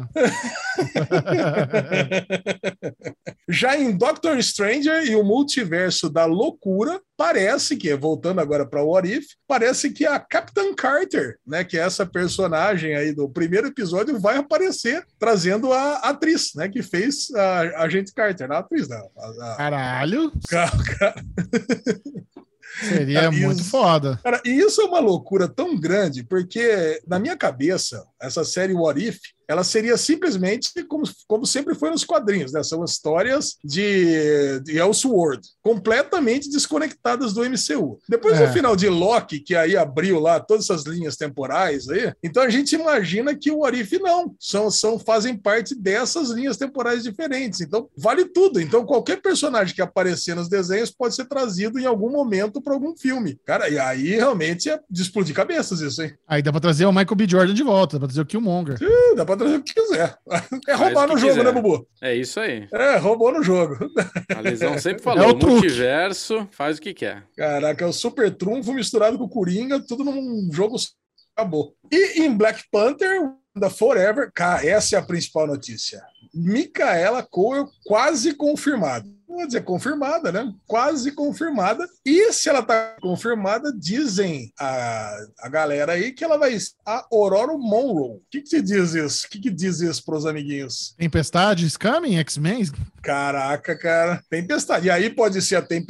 Já em Doctor Stranger e o Multiverso da Loucura, parece que, voltando agora para o What If, parece que a Capitã Carter, né, que é essa personagem aí do primeiro episódio, vai aparecer trazendo a atriz, né, que fez a Agente Carter, a atriz da... A, a... Caralho! Cara. Seria cara, muito isso, foda. Cara, e isso é uma loucura tão grande, porque na minha cabeça, essa série What If, ela seria simplesmente como, como sempre foi nos quadrinhos, né? São histórias de, de Elseworld, completamente desconectadas do M C U. Depois é. do final de Loki, que aí abriu lá todas essas linhas temporais aí, então a gente imagina que o What If não, são, são, fazem parte dessas linhas temporais diferentes, então vale tudo. Então qualquer personagem que aparecer nos desenhos pode ser trazido em algum momento para algum filme. Cara, e aí realmente é de explodir cabeças isso, hein? Aí dá pra trazer o Michael B. Jordan de volta, dá pra trazer o Killmonger. Sim, dá pra trazer o que quiser. É roubar no jogo, quiser. né, Bubu? É isso aí. É, roubou no jogo. A Lesão sempre falou, é o multiverso, faz o que quer. Caraca, é o super trunfo misturado com o Coringa, tudo num jogo acabou. E em Black Panther, da Forever, cara, essa é a principal notícia. Micaela Coel quase confirmada. Não vou dizer confirmada, né? Quase confirmada. E se ela tá confirmada, dizem a, a galera aí que ela vai ser a Ororo Monroe. O que que diz isso? O que que diz isso pros amiguinhos? Tempestade, Scamming, X-Men? Caraca, cara. Tempestade. E aí pode ser a Tempestade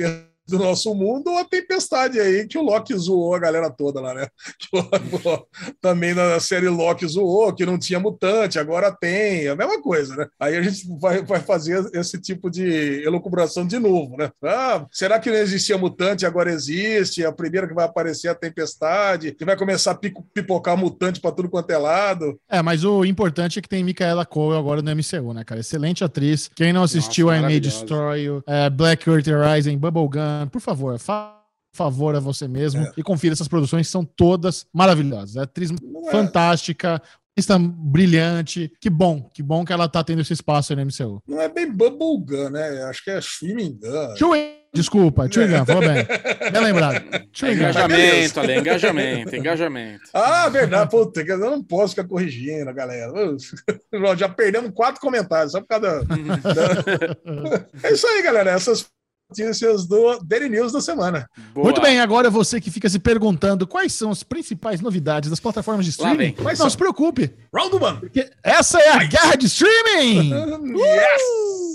do nosso mundo ou a tempestade aí que o Loki zoou a galera toda lá, né? Que o, também na série Loki zoou, que não tinha mutante, agora tem, a mesma coisa, né? Aí a gente vai, vai fazer esse tipo de elucubração de novo, né? Ah, será que não existia mutante, agora existe? A primeira que vai aparecer é a tempestade, que vai começar a pipocar mutante pra tudo quanto é lado. É, mas o importante é que tem Micaela Cole agora no M C U, né, cara? Excelente atriz. Quem não assistiu I May Destroy You, é, Black Earth Rising, Bubblegum, por favor, faça favor a você mesmo é. e confira essas produções, são todas maravilhosas. É atriz é. fantástica, está brilhante. Que bom, que bom que ela tá tendo esse espaço aí no M C U. Não é bem Bubblegum, né? Acho que é Chewing Gun. Chewing, desculpa, Chewing Gun, falou bem. Bem lembrado. É engajamento, ali, engajamento, engajamento. Ah, verdade, puta, eu não posso ficar corrigindo, galera. Já perdemos quatro comentários, só por causa da... É isso aí, galera, essas notícias do Daily News da semana. Boa. Muito bem, agora você que fica se perguntando quais são as principais novidades das plataformas de streaming, não são? se preocupe. Round one. Porque essa é a guerra de streaming! Yes!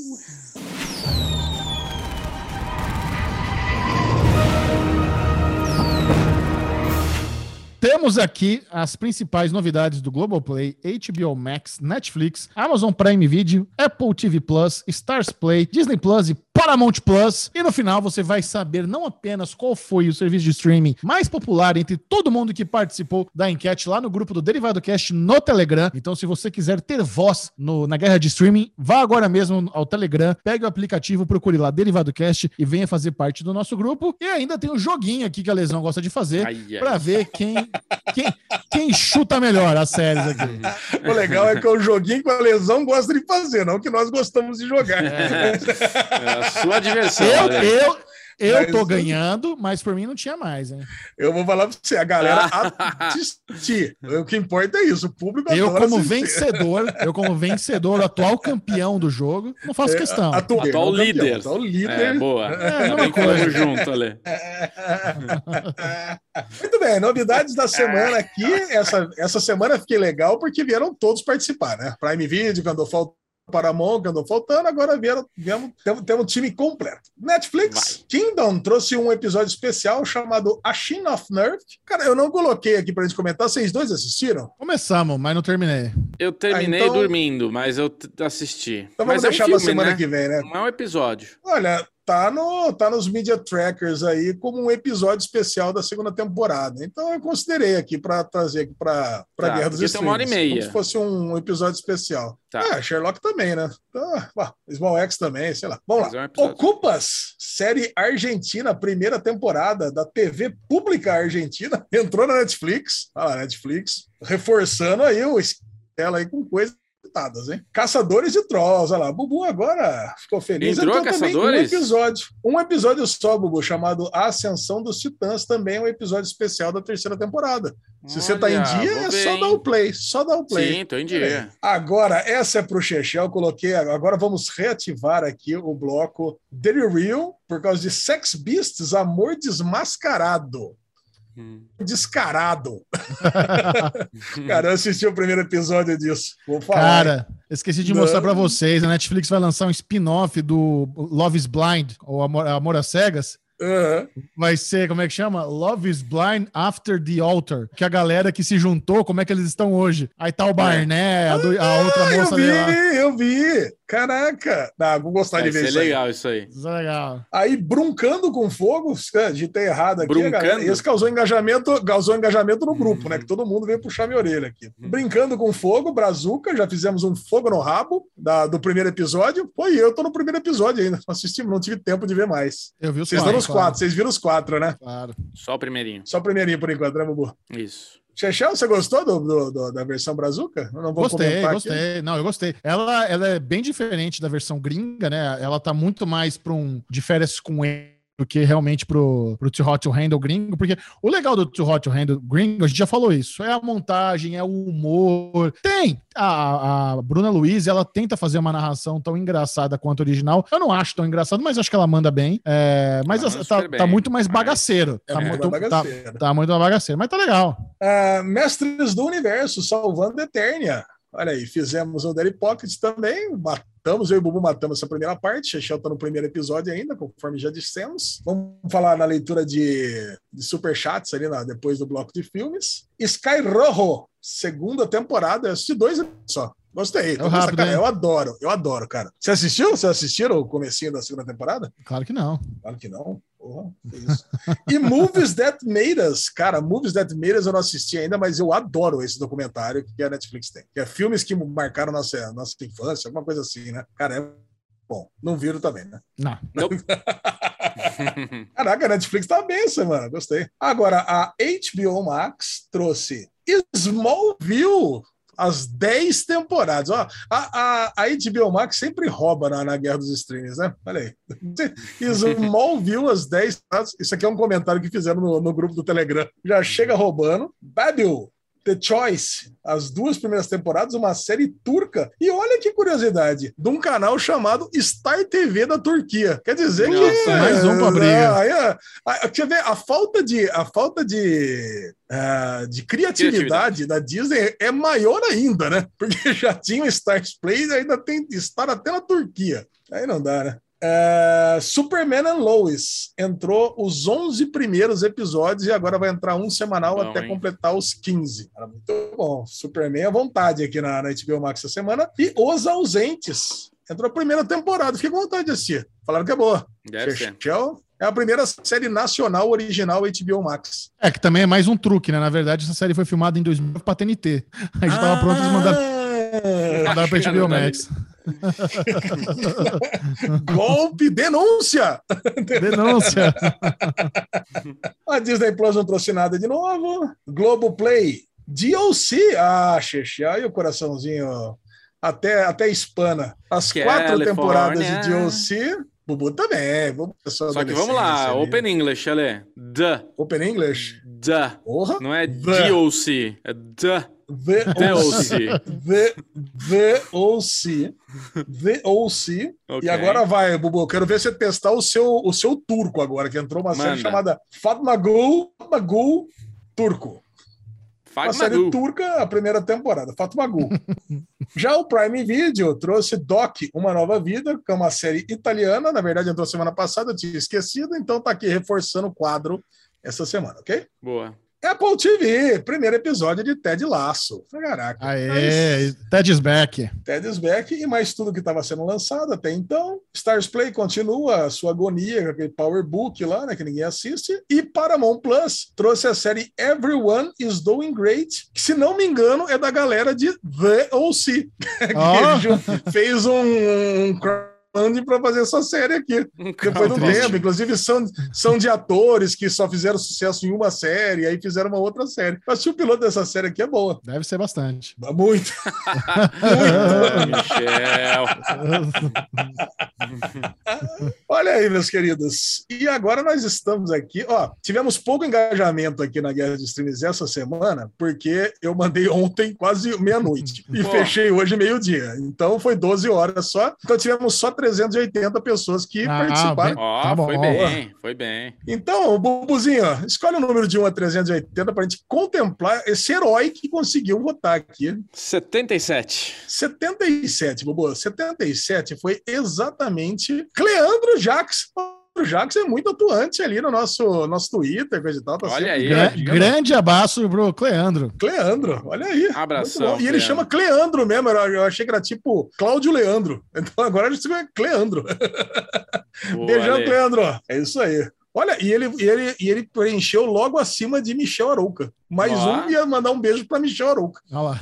Temos aqui as principais novidades do Globoplay, H B O Max, Netflix, Amazon Prime Video, Apple T V Plus, Stars Play, Disney Plus e Paramount Plus. E no final você vai saber não apenas qual foi o serviço de streaming mais popular entre todo mundo que participou da enquete lá no grupo do Derivado Cast no Telegram. Então, se você quiser ter voz no, na guerra de streaming, vá agora mesmo ao Telegram, pegue o aplicativo, procure lá Derivado Cast e venha fazer parte do nosso grupo. E ainda tem um joguinho aqui que a Lesão gosta de fazer para ver quem, quem, quem chuta melhor as séries aqui. O legal é que é o joguinho que a Lesão gosta de fazer, não que nós gostamos de jogar. É, é a sua diversão. Eu, eu, eu mas, tô ganhando, mas por mim não tinha mais, hein? Eu vou falar pra você, a galera assistir. O que importa é isso, o público Eu como assistir. vencedor, eu como vencedor, atual campeão do jogo, não faço é, questão. Atual, atual líder. Campeão, atual líder. É, boa. É, não coisa junto, Ale. Muito bem, novidades da semana aqui. Essa, essa semana fiquei legal porque vieram todos participar, né? Prime Video, que andou faltando. Paramount, que andou faltando, agora vieram, vieram, temos, temos um time completo. Netflix, Vai. Kingdom trouxe um episódio especial chamado A Sheen of Nerve. Cara, eu não coloquei aqui pra gente comentar, vocês dois assistiram? Começamos, mas não terminei. Eu terminei ah, então... dormindo, mas eu assisti. Então vamos mas deixar é um filme, pra semana né? que vem, né? Não é um episódio. Olha... Tá, no, tá nos Media Trackers aí como um episódio especial da segunda temporada. Então eu considerei aqui para trazer aqui para tá, Guerra dos Streams. Uma hora e meia. Como se fosse um episódio especial. Tá. É, Sherlock também, né? Então, ah, Small X também, sei lá. Vamos lá. Um Ocupas, série argentina, primeira temporada da T V pública argentina. Entrou na Netflix. Ah, Netflix. Reforçando aí o ela aí com coisa. Hein? Caçadores de Trolls, olha lá. Bubu agora ficou feliz. Entrou Entrou também um episódio. Um episódio só, Bubu, chamado A Ascensão dos Titãs, também é um episódio especial da terceira temporada. Se olha, você tá em dia, é só dar o play. Só dar o play. Sim, tô em dia. É. Agora, essa é pro Chechel, eu coloquei. Agora vamos reativar aqui o bloco Daily Real por causa de Sex Beasts, Amor Desmascarado. Hum. Descarado. Cara, eu assisti o primeiro episódio disso. Vou falar. Cara, esqueci de Não. mostrar pra vocês. A Netflix vai lançar um spin-off do Love is Blind, ou Amor, Amor às Cegas. Uhum. Vai ser, como é que chama? Love is Blind After the Altar. Que a galera que se juntou, como é que eles estão hoje? Aí tá o Barné, a, do, a outra ah, moça eu vi, ali lá. Eu vi, caraca. Não, vou gostar Vai de ver ser isso legal aí. isso aí. Isso é legal. Aí, Bruncando com Fogo, digitei errado aqui. Bruncando? Galera, esse causou engajamento, causou engajamento no grupo, uhum. né? Que todo mundo veio puxar minha orelha aqui. Uhum. Brincando com Fogo, Brazuca, já fizemos um fogo no rabo da, do primeiro episódio. Pô, e eu tô no primeiro episódio ainda. Não assisti, não tive tempo de ver mais. Eu vi os Vocês quatro, estão nos quatro, claro. Vocês viram os quatro, né? Claro. Só o primeirinho. Só o primeirinho, por enquanto, né, Bubu? Isso. Chechel, você gostou do, do, do, da versão Brazuca? Eu não vou gostei, gostei. Aqui. Não, eu gostei. Ela, ela é bem diferente da versão gringa, né? Ela tá muito mais para um de férias com ele do que realmente pro, pro Too Hot to Handle gringo, porque o legal do Too Hot to Handle gringo, a gente já falou isso, é a montagem, é o humor. Tem! A, a Bruna Luiz, ela tenta fazer uma narração tão engraçada quanto a original. Eu não acho tão engraçado, mas acho que ela manda bem. É, mas a, tá, bem, tá muito mais bagaceiro. É tá, muito muito, tá, tá muito mais bagaceiro, mas tá legal. Uh, Mestres do Universo, salvando Eternia. Olha aí, fizemos o Daily Pocket também, matamos, eu e o Bubu matamos essa primeira parte, Chechel tá no primeiro episódio ainda, conforme já dissemos. Vamos falar na leitura de, de superchats ali na, depois do bloco de filmes. Sky Rojo, segunda temporada, eu assisti dois só. Gostei. É rápido, cara, hein? eu adoro, eu adoro, cara. Você assistiu? Você assistiu o comecinho da segunda temporada? Claro que não. Claro que não. Porra, que isso. E Movies That Made Us. Cara, Movies That Made Us eu não assisti ainda, mas eu adoro esse documentário que a Netflix tem. Que é filmes que marcaram nossa, nossa infância, alguma coisa assim, né? Cara, é bom. Não viram também, né? Não. Nope. Caraca, a Netflix tá bem, mano. Gostei. Agora, a H B O Max trouxe Smallville. As dez temporadas. Ó, a, a, a H B O Max sempre rouba na, na guerra dos streamers, né? Olha aí. Smallville, as dez. Isso aqui é um comentário que fizeram no, no grupo do Telegram. Já chega roubando. Babel, The Choice, as duas primeiras temporadas, uma série turca. E olha que curiosidade, de um canal chamado Star T V da Turquia. Quer dizer Nossa, que... mais um pra briga. Aí, a, a, quer ver, a falta de... A falta de Uh, de criatividade, criatividade da Disney é maior ainda, né? Porque já tinha o Stars Play e ainda tem Star até na Turquia. Aí não dá, né? Uh, Superman and Lois entrou os onze primeiros episódios e agora vai entrar um semanal bom, até hein? completar os quinze. Era muito bom. Superman à vontade aqui na, na H B O Max essa semana. E Os Ausentes. Entrou a primeira temporada. Fiquei com vontade de assistir. Falaram que é boa. Deve ser. É a primeira série nacional original H B O Max. É, que também é mais um truque, né? Na verdade, essa série foi filmada em dois mil pra T N T. A gente ah, tava pronto de mandar, mandar pra H B O Max. Golpe, denúncia! Denúncia! A Disney Plus não trouxe nada de novo. Globoplay, D O C. Ah, xixi, aí o coraçãozinho até, até espana. As quatro temporadas de D O C... Bubu também. Bubu é só só que vamos lá, ali. Open English, Ale. The. Open English? The. Porra. Não é D O C, é The. The O C. The O C. The O C. E agora vai, Bubu. Eu quero ver você testar o seu, o seu turco agora, que entrou uma Manda. série chamada Fatmagul, Fatmagul Turco. Uma série turca, a primeira temporada, Fatmagul. Já o Prime Video trouxe Doc, Uma Nova Vida, que é uma série italiana, na verdade entrou semana passada, eu tinha esquecido, então tá aqui reforçando o quadro essa semana, ok? Boa. Apple T V, primeiro episódio de Ted Lasso. Caraca. Aê, mas... Ted's Back. Ted's Back e mais tudo que estava sendo lançado até então. Stars Play continua a sua agonia com aquele Power Book lá, né, que ninguém assiste. E Paramount Plus trouxe a série Everyone is Doing Great, que, se não me engano, é da galera de The O C. Oh. Que fez um... um... para fazer essa série aqui. Depois do tempo. Inclusive, são, são de atores que só fizeram sucesso em uma série, aí fizeram uma outra série. Mas o piloto dessa série aqui é boa. Deve ser bastante. Muito. Muito. Michel. Olha aí, meus queridos. E agora nós estamos aqui. Ó, tivemos pouco engajamento aqui na Guerra de Streams essa semana, porque eu mandei ontem quase meia-noite e Pô. fechei hoje meio-dia. Então foi doze horas só. Então tivemos só trezentas e oitenta pessoas que ah, participaram. Ó, tá foi bem, foi bem. Então, Bubuzinho, escolhe o número de um a trezentos e oitenta para a gente contemplar esse herói que conseguiu votar aqui. setenta e sete. setenta e sete, Bubu. setenta e sete foi exatamente Cleandro Jacques. O Jacques é muito atuante ali no nosso, nosso Twitter, coisa e tal. Tá olha aí. Gra grande abraço pro Cleandro. Cleandro, olha aí. Abração. E ele chama Cleandro mesmo, eu achei que era tipo Cláudio Leandro. Então agora a gente chama Cleandro. Boa, beijão, Ale. Cleandro. É isso aí. Olha, e ele, e, ele, e ele preencheu logo acima de Michel Arouca. Mais Olá. um ia mandar um beijo para Michel Arouca. Olha lá.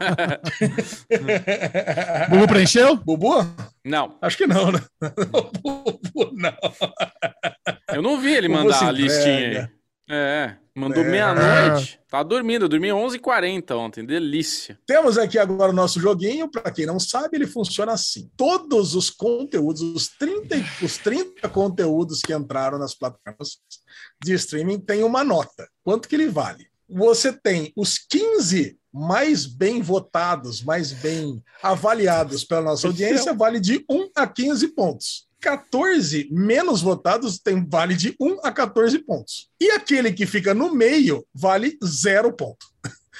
Bubu preencheu? Bubu? Não. Acho que não, né? Bubu, não. Eu não vi ele mandar a listinha aí. É, mandou é. meia-noite. Tá dormindo, eu dormi onze e quarenta ontem, delícia. Temos aqui agora o nosso joguinho, para quem não sabe, ele funciona assim. Todos os conteúdos, os trinta, os trinta conteúdos que entraram nas plataformas de streaming têm uma nota. Quanto que ele vale? Você tem os quinze mais bem votados, mais bem avaliados pela nossa audiência, vale de um a quinze pontos. quatorze menos votados tem vale de um a quatorze pontos. E aquele que fica no meio vale zero ponto.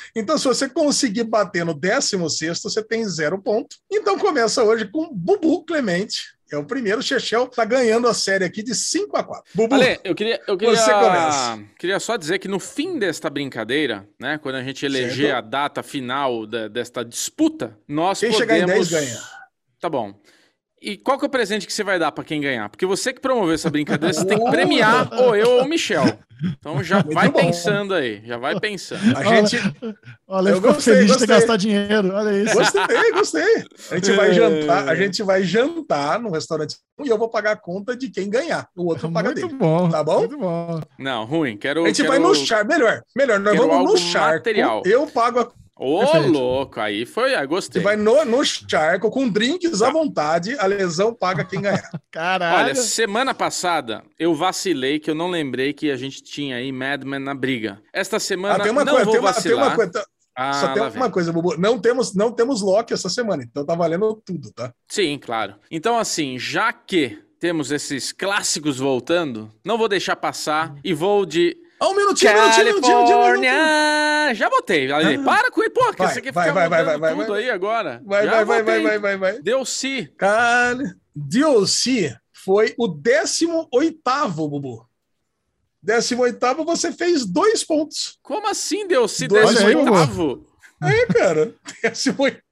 Então, se você conseguir bater no décimo sexto, você tem zero ponto. Então, começa hoje com Bubu Clemente. É o primeiro. O Chechel tá ganhando a série aqui de cinco a quatro. Bubu, Ale, eu queria, eu queria, você começa. queria só dizer que no fim desta brincadeira, né, quando a gente eleger Certo. a data final da- desta disputa, nós Quem podemos... chegar em dez ganha. Tá bom. E qual que é o presente que você vai dar pra quem ganhar? Porque você que promoveu essa brincadeira, você tem que premiar ou eu ou o Michel. Então já Muito vai bom. pensando aí, já vai pensando. A gente... Olha, Eu ficou gostei, feliz de ter gostei. gastado dinheiro. Olha isso. Gostei, gostei. A gente vai jantar, a gente vai jantar no restaurante e eu vou pagar a conta de quem ganhar. O outro paga Muito dele. bom. Tá bom? Muito bom. Não, ruim, quero... A gente quero... vai no charco. Melhor, melhor. Nós Quero vamos no algo charco. material. Eu pago a Ô, Perfeito. louco, aí foi, aí Você gostei. vai no, no charco com drinks à vontade, a lesão paga quem ganhar. Caralho. Olha, semana passada eu vacilei que eu não lembrei que a gente tinha aí Mad Men na briga. Esta semana Ah, tem uma não coisa, vou tem uma, tem vacilar. uma coisa. Ah, Só tem lá uma vem. coisa, Bubu. Não temos, não temos Loki essa semana, então tá valendo tudo, tá? Sim, claro. Então, assim, já que temos esses clássicos voltando, não vou deixar passar e vou de Ah, um minutinho, um minutinho, um minutinho, um minutinho, um minutinho. Califórnia. Já botei. Ale, Ah. Para com isso. Pô, que Vai, você quer vai, ficar vai, vai, mudando vai, vai, tudo vai. aí agora. Vai, Já vai, vai, vai, voltei. vai, vai, vai. Deu sim. Cara, D L C foi o décimo oitavo, Bubu. décimo oitavo, você fez dois pontos. Como assim deu sim? Dois décimo aí, oitavo? É, cara. décimo oitavo.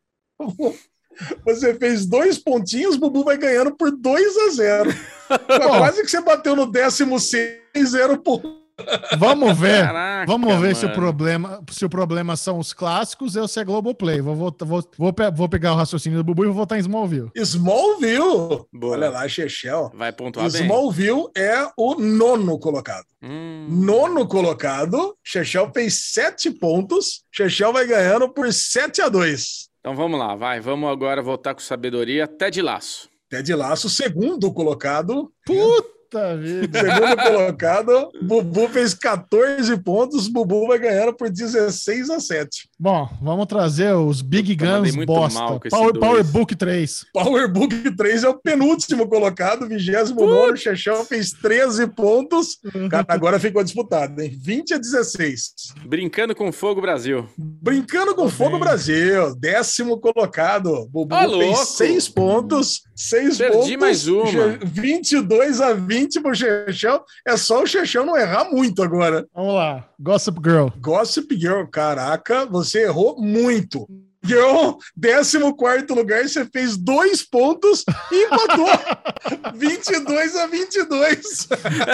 Você fez dois pontinhos, Bubu vai ganhando por dois a zero. Quase que você bateu no décimo seis, zero ponto. Vamos ver. Caraca, Vamos ver se o, mano. problema, se o problema são os clássicos ou se é Globoplay. Vou, vou, vou, vou, pe- vou pegar o raciocínio do Bubu e vou votar em Smallville. Smallville. Boa. Olha lá, Chechel. Vai pontuar bem. Smallville é o nono colocado. Hum. Nono colocado, Chechel fez sete pontos. Chechel vai ganhando por sete a dois. Então vamos lá, vai. Vamos agora voltar com sabedoria até de laço. Ted Laço, segundo colocado. Puta vida. Segundo colocado, Bubu fez quatorze pontos. Bubu vai ganhando por dezesseis a sete. Bom, vamos trazer os Big Puta, mandei Guns muito bosta. mal com esse Power, dois. Powerbook três. Powerbook três é o penúltimo colocado, vigésimo nono. Chechel fez treze pontos. Cara, agora ficou disputado, hein? vinte a dezesseis. Brincando com Fogo Brasil. Brincando com Tô Fogo bem. Brasil, décimo colocado. Bubu Ô, fez louco. seis pontos. Seis Perdi pontos. mais uma. Che- vinte e dois a vinte pro Chechel. É só o Chechel não errar muito agora. Vamos lá. Gossip Girl. Gossip Girl, caraca, você errou muito. Girl, décimo quarto lugar, você fez dois pontos e empatou. vinte e dois a vinte e dois.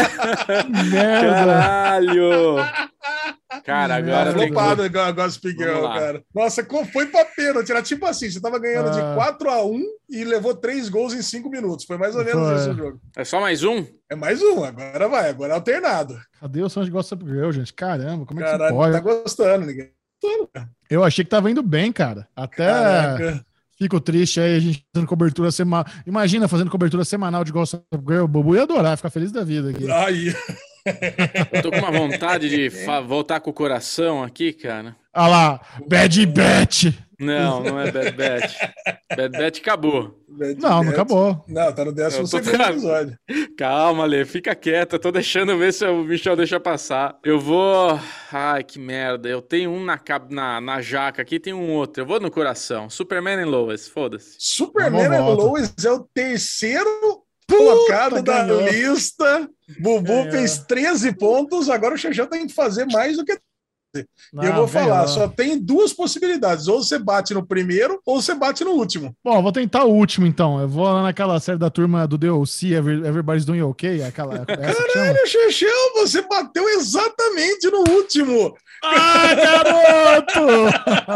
Merda. Caralho! Cara, Tá agora tem que... flopado a Gossip Girl, Vamos lá. cara. Nossa, co- foi pra pênalti. Era tipo assim, você tava ganhando de Ah. quatro a um e levou três gols em cinco minutos. Foi mais ou menos Foi. esse o jogo. É só mais um? É mais um, agora vai, agora é alternado. Cadê o som de Gossip Girl, gente? Caramba, como é que Caralho, isso pode? tá gostando, ninguém. Eu achei que tava indo bem, cara. Até Caraca. fico triste aí a gente fazendo cobertura semanal. Imagina fazendo cobertura semanal de Gossip Girl. O Bubu ia adorar, ficar feliz da vida aqui. Aí. Eu tô com uma vontade de fa- voltar com o coração aqui, cara. Olha lá, Bad Bet. Não, não é Bad Bet. Bad Bet acabou. Não, não acabou. Não, tá no décimo Eu tô segundo tra- episódio. Calma, Lê, fica quieta. Eu tô deixando ver se o Michel deixa passar. Eu vou... Ai, que merda. Eu tenho um na, cab- na, na jaca aqui, tem um outro. Eu vou no coração. Superman e Lois, foda-se. Superman Vamos, and volta. Lois é o terceiro colocado da ganhou. lista. Bubu Ganhou. fez treze pontos, agora o Xexão tem que fazer mais do que. E eu Não, vou falar, ganhou. só tem duas possibilidades: ou você bate no primeiro, ou você bate no último. Bom, vou tentar o último então. Eu vou lá naquela série da turma do D L C, Every- Everybody's Doing Okay. Aquela, essa que chama? Caralho, Xexão, você bateu exatamente no último. Ah, garoto!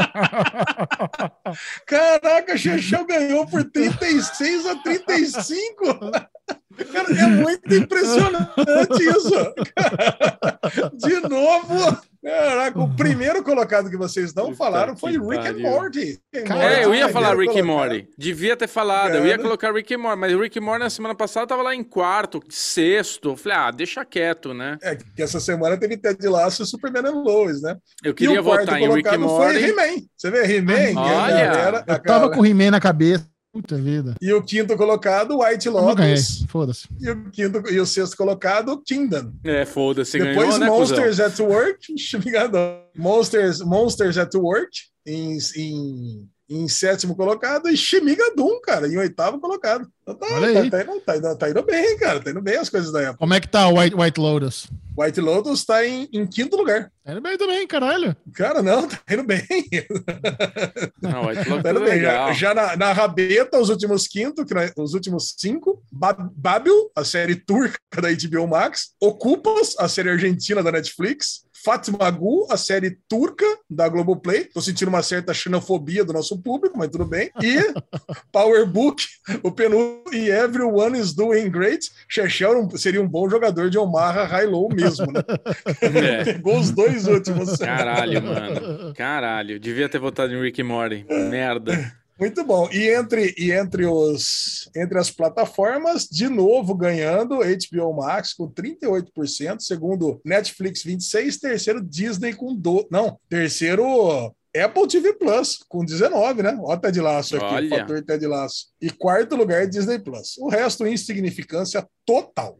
Caraca, Xexão ganhou por trinta e seis a trinta e cinco. Cara, é muito impressionante isso. De novo. Caraca, o primeiro colocado que vocês não Puta falaram foi que Rick and pariu. Morty. É, eu ia Morty, falar primeiro Rick e colocado. Morty. Devia ter falado. Eu ia Cara. colocar Rick e Morty, mas Rick e Morty na semana passada tava lá em quarto, sexto. Eu falei, ah, deixa quieto, né? É, que essa semana teve Ted Lasso e Superman and Lois, né? Eu E queria o quarto votar em Rick e colocado foi Morty. He-Man. Você vê, He-Man? Olha, Eu tava com o He-Man na cabeça. Puta vida. E o quinto colocado, White Eu não ganhei, Lotus. foda-se. E o, quinto, e o sexto colocado, Kingdom. É, foda-se, Depois ganhou, né, Monsters cuzão? at Work. Xingador. Monsters, Monsters at Work em, em, em sétimo colocado e Shimigadum, cara, em oitavo colocado. Então tá, Olha tá, aí. tá, indo, tá, indo, tá indo bem, cara. Tá indo bem as coisas da época. Como é que tá o White, White Lotus? White Lotus tá em, em quinto lugar. Tá indo bem também, caralho. Cara, não, tá indo bem. Não, White Lotus Tá é indo bem. Já, legal. já na, na rabeta, os últimos quinto, que na- os últimos cinco, Ba- Babel, a série turca da H B O Max, Ocupas, a série argentina da Netflix, Fatmagul, a série turca da Globoplay. Tô sentindo uma certa xenofobia do nosso público, mas tudo bem. E Power Book, o penúltimo, e Everyone is Doing Great. Chechel seria um bom jogador de Omaha High-Low mesmo, né? É. Pegou os dois últimos. Caralho, mano. Caralho. Devia ter votado em Rick and Morty. Merda. Muito bom. E entre, e entre, os, entre as plataformas, de novo ganhando H B O Max com trinta e oito por cento, segundo Netflix vinte e seis por cento, terceiro Disney com doze por cento. Não, terceiro Apple T V Plus com dezenove por cento, né? Olha o Ted Lasso aqui, Olha. o fator Ted Lasso. E quarto lugar Disney Plus. O resto insignificância total.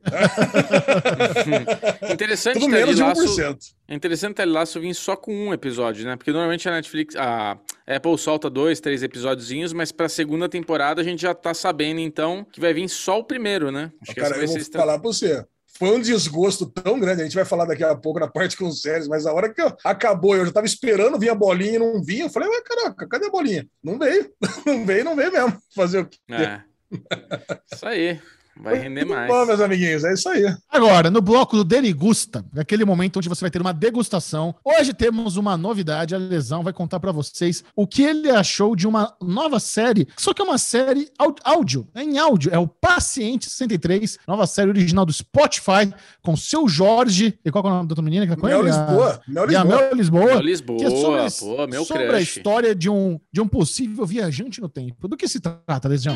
Né? Interessante Tudo Ted menos de um por Lasso. cento. É interessante Ted Lasso vir só com um episódio, né? Porque normalmente a Netflix, a Apple solta dois, três episódiozinhos, mas pra segunda temporada a gente já tá sabendo, então, que vai vir só o primeiro, né? Acho que essa Cara, vai eu ser vou estra- falar pra você. Foi um desgosto tão grande, a gente vai falar daqui a pouco na parte com séries, mas a hora que eu- acabou, eu já tava esperando vir a bolinha e não vinha, eu falei, ué, caraca, cadê a bolinha? Não veio, não veio, não veio mesmo. Fazer o quê? É. Isso aí. Vai render Muito mais. bom, meus amiguinhos, é isso aí. Agora, no bloco do Derigusta, aquele momento onde você vai ter uma degustação, hoje temos uma novidade. A Lesão vai contar pra vocês o que ele achou de uma nova série, só que é uma série au- áudio, é em áudio, é o Paciente sessenta e três, nova série original do Spotify, com seu Jorge, e qual que é o nome da outra menina que tá com Mel ele? Lisboa, Mel E a Lisboa. Mel Lisboa. Mel Lisboa, que é sobre, pô, meu sobre a crush. história de um, de um possível viajante no tempo. Do que se trata, Lesão?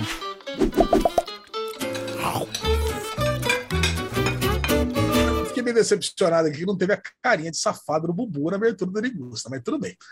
Fiquei meio decepcionado aqui que não teve a carinha de safado do Bubu na abertura do Derigusta, mas tudo bem.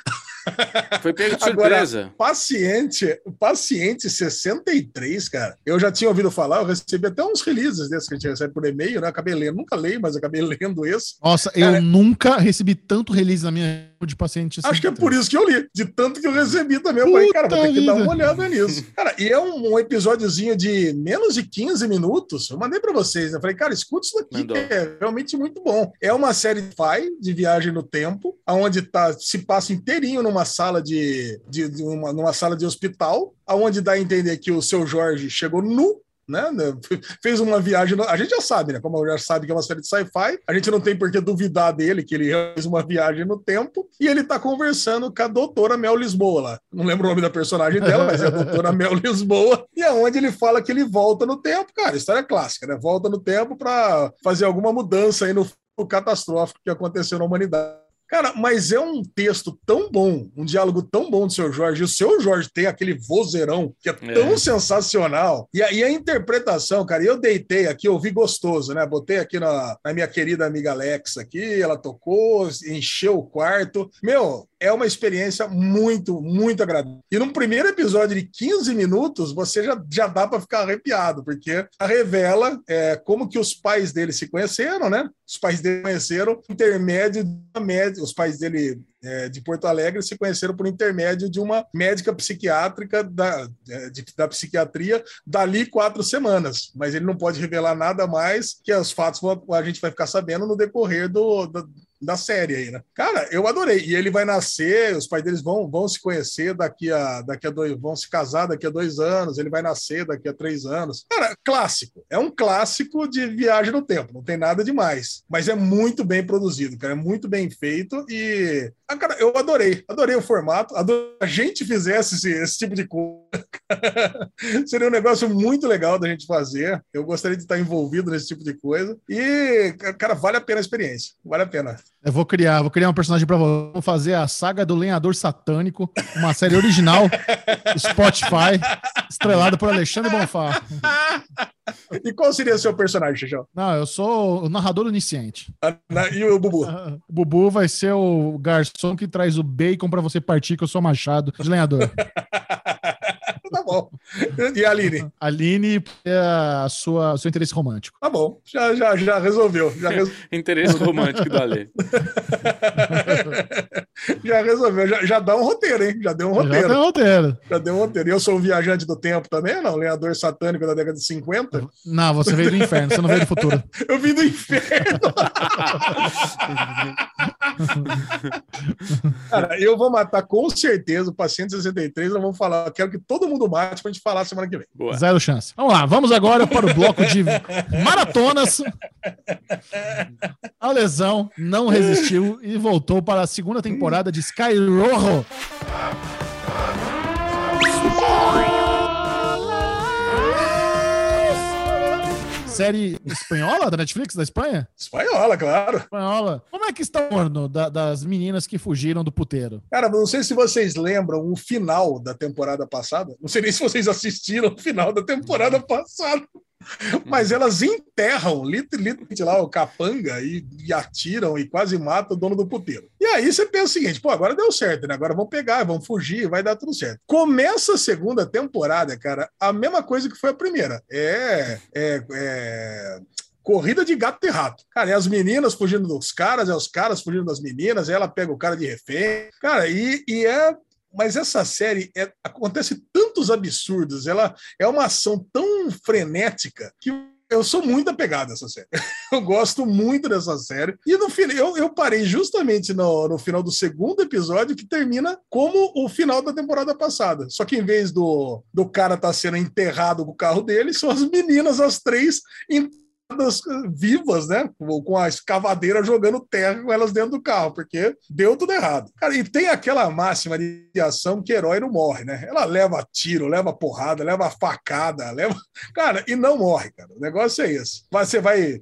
Foi pego de Agora, surpresa. Paciente, Paciente sessenta e três, cara. Eu já tinha ouvido falar, eu recebi até uns releases desses que a gente recebe por e-mail, né? Acabei lendo, nunca leio, mas acabei lendo esse. Nossa, Cara, eu nunca recebi tanto release na minha de paciente. Acho que é por isso que eu li, de tanto que eu recebi também. Eu falei, cara, vou ter que Puta dar uma vida. olhada nisso. Cara, e é um, um episódiozinho de menos de quinze minutos. Eu mandei pra vocês, né? Eu falei, cara, escuta isso daqui, Mandou. que é realmente muito bom. É uma série de sci-fi, de viagem no tempo, onde tá, se passa inteirinho numa sala de, de, de uma, numa sala de hospital, aonde dá a entender que o seu Jorge chegou nu, né? Fez uma viagem. No... A gente já sabe, né? Como já sabe que é uma série de sci-fi, a gente não tem por que duvidar dele, que ele fez uma viagem no tempo, e ele tá conversando com a doutora Mel Lisboa lá. Não lembro o nome da personagem dela, mas é a doutora Mel Lisboa, e é onde ele fala que ele volta no tempo, cara. História clássica, né? Volta no tempo para fazer alguma mudança aí no catastrófico que aconteceu na humanidade. Cara, mas é um texto tão bom, um diálogo tão bom do seu Jorge. E o seu Jorge tem aquele vozeirão que é tão É. sensacional. E a, e a interpretação, cara, eu deitei aqui, ouvi gostoso, né? Botei aqui na, na minha querida amiga Alexa aqui, ela tocou, encheu o quarto. Meu, é uma experiência muito, muito agradável. E num primeiro episódio de quinze minutos, você já, já dá para ficar arrepiado, porque revela é, como que os pais dele se conheceram, né? Os pais dele conheceram intermédio da médica, os pais dele é, de Porto Alegre se conheceram por intermédio de uma médica psiquiátrica da, de, da psiquiatria dali quatro semanas. Mas ele não pode revelar nada mais, que os fatos a gente vai ficar sabendo no decorrer do, do da série aí, né? Cara, eu adorei. E ele vai nascer, os pais deles vão, vão se conhecer daqui a, daqui a dois, vão se casar daqui a dois anos, ele vai nascer daqui a três anos. Cara, clássico. É um clássico de viagem no tempo, não tem nada demais. Mas é muito bem produzido, cara, é muito bem feito e... Ah, cara, eu adorei, adorei o formato, adorei que a gente fizesse esse, esse tipo de coisa. Seria um negócio muito legal da gente fazer. Eu gostaria de estar envolvido nesse tipo de coisa. E, cara, vale a pena a experiência. Vale a pena. Eu vou criar, vou criar um personagem pra você. Vou fazer a saga do Lenhador Satânico, uma série original, Spotify, estrelada por Alexandre Bonfá. E qual seria o seu personagem, Xixão? Não, eu sou o narrador onisciente. E o Bubu? O Bubu vai ser o garçom que traz o bacon pra você partir, que eu sou o machado de lenhador. Tá bom. E a Aline? Aline é a sua, o seu interesse romântico. Tá bom, já, já, já resolveu. Já res... Interesse romântico do Ale. já resolveu, já, já dá um roteiro, hein? Já deu um roteiro. Já deu um roteiro. Já deu um roteiro. E eu sou um viajante do tempo também, não? Lenhador satânico da década de cinquenta? Não, você veio do inferno, você não veio do futuro. Eu vim do inferno. Cara, eu vou matar com certeza o paciente sessenta e três. Eu vou falar, eu quero que todo mundo mate pra gente falar semana que vem. Boa. Zero chance. Vamos lá, vamos agora para o bloco de maratonas. A lesão não resistiu e voltou para a segunda temporada de Sky Rojo. Série espanhola da Netflix, da Espanha? Espanhola, claro. Espanhola. Como é que está o torno da, das meninas que fugiram do puteiro? Cara, não sei se vocês lembram o final da temporada passada. Não sei nem se vocês assistiram o final da temporada passada. Mas elas enterram literalmente lá o capanga e, e atiram e quase matam o dono do puteiro. E aí você pensa o seguinte, pô, agora deu certo, né? Agora vão pegar, vão fugir, vai dar tudo certo. Começa a segunda temporada, cara, a mesma coisa que foi a primeira. É... é, é... corrida de gato e rato. Cara, é as meninas fugindo dos caras, é os caras fugindo das meninas, ela pega o cara de refém. Cara, e, e é... Mas essa série, é, acontece tantos absurdos, ela é uma ação tão frenética que eu sou muito apegado a essa série. Eu gosto muito dessa série. E no final, eu, eu parei justamente no, no final do segundo episódio, que termina como o final da temporada passada. Só que em vez do, do cara estar tá sendo enterrado com o carro dele, são as meninas, as três, vivas, né? Com a escavadeira jogando terra com elas dentro do carro, porque deu tudo errado. Cara, e tem aquela máxima de ação que herói não morre, né? Ela leva tiro, leva porrada, leva facada, leva... Cara, e não morre, cara. O negócio é esse. Você vai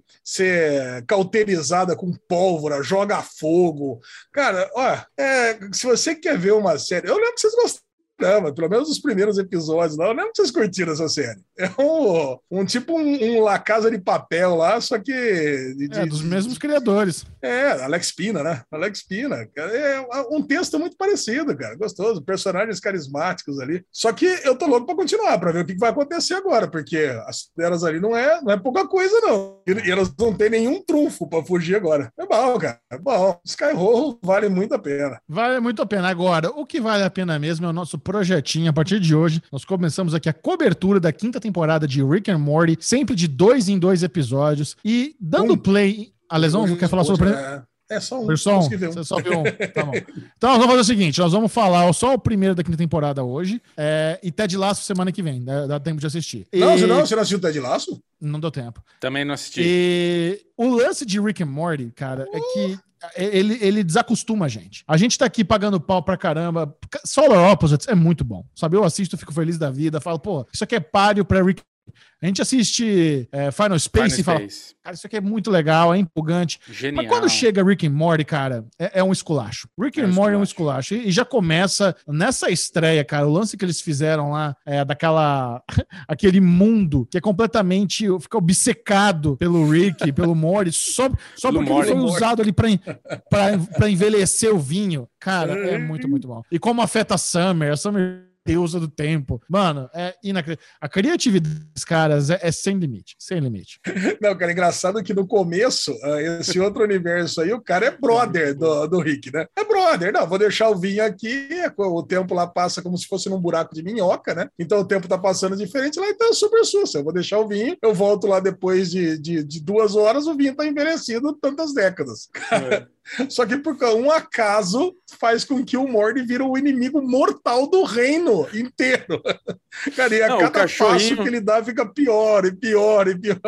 ser cauterizada com pólvora, joga fogo. Cara, ó, é, se você quer ver uma série... Eu lembro que vocês gostaram. Não, pelo menos os primeiros episódios lá, eu lembro que vocês curtiram essa série. É um, um tipo um, um La Casa de Papel lá, só que... De, é, dos de, mesmos criadores. É, Alex Pina, né? Alex Pina. É um texto muito parecido, cara, gostoso, personagens carismáticos ali. Só que eu tô louco pra continuar, pra ver o que vai acontecer agora, porque as delas ali não é, não é pouca coisa, não. E, e elas não têm nenhum trunfo pra fugir agora. É bom, cara, é bom. Sky Rojo vale muito a pena. Vale muito a pena. Agora, o que vale a pena mesmo é o nosso projetinho. A partir de hoje, nós começamos aqui a cobertura da quinta temporada de Rick and Morty, sempre de dois em dois episódios. E dando um, play... A Lesão, um, quer falar sobre... É, é só um. Só um. Você só viu um. Tá bom. Então nós vamos fazer o seguinte, nós vamos falar só o primeiro da quinta temporada hoje, é, e Ted Lasso semana que vem, dá, dá tempo de assistir. Não, e... você não, você não assistiu Ted Lasso? Não deu tempo. Também não assisti. E o lance de Rick and Morty, cara, uh. é que Ele, ele desacostuma a gente. A gente tá aqui pagando pau pra caramba. Solar Opposites é muito bom. Sabe, eu assisto, fico feliz da vida. Falo, pô, isso aqui é páreo pra Rick. A gente assiste é, Final Space Final e fala, Space. Cara, isso aqui é muito legal, é empolgante. Genial. Mas quando chega Rick and Morty, cara, é, é um esculacho. Rick é and Morty é um esculacho. E, e já começa nessa estreia, cara, o lance que eles fizeram lá, é, daquela... aquele mundo que é completamente... fica obcecado pelo Rick, pelo Morty, só, só porque Morty, ele foi usado ali pra, pra, pra envelhecer o vinho. Cara, é muito, muito bom. E como afeta a Summer, a Summer... deusa do tempo. Mano, é inacreditável. A criatividade dos caras é, é sem limite. Sem limite. Não, cara, engraçado que no começo, esse outro universo aí, o cara é brother do, do Rick, né? É brother. Não, vou deixar o vinho aqui, o tempo lá passa como se fosse num buraco de minhoca, né? Então o tempo tá passando diferente lá, então é super sussa. Eu vou deixar o vinho, eu volto lá depois de, de, de duas horas, o vinho tá envelhecido tantas décadas. Cara, é. Só que por um acaso faz com que o Morty vira o inimigo mortal do reino inteiro. Cara, e a Não, cada cachorrinho... passo que ele dá fica pior e pior e pior.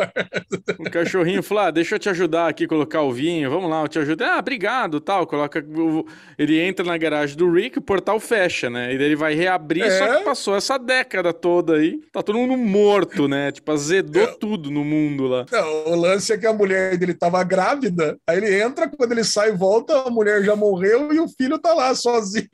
O cachorrinho fala, ah, deixa eu te ajudar aqui a colocar o vinho, vamos lá, eu te ajudo. Ah, obrigado, tal, coloca... Ele entra na garagem do Rick, o portal fecha, né? E daí ele vai reabrir, é... só que passou essa década toda aí, tá todo mundo morto, né? Tipo, azedou é... tudo no mundo lá. Não, o lance é que a mulher dele tava grávida, aí ele entra, quando ele sai e volta, a mulher já morreu e o filho tá lá sozinho.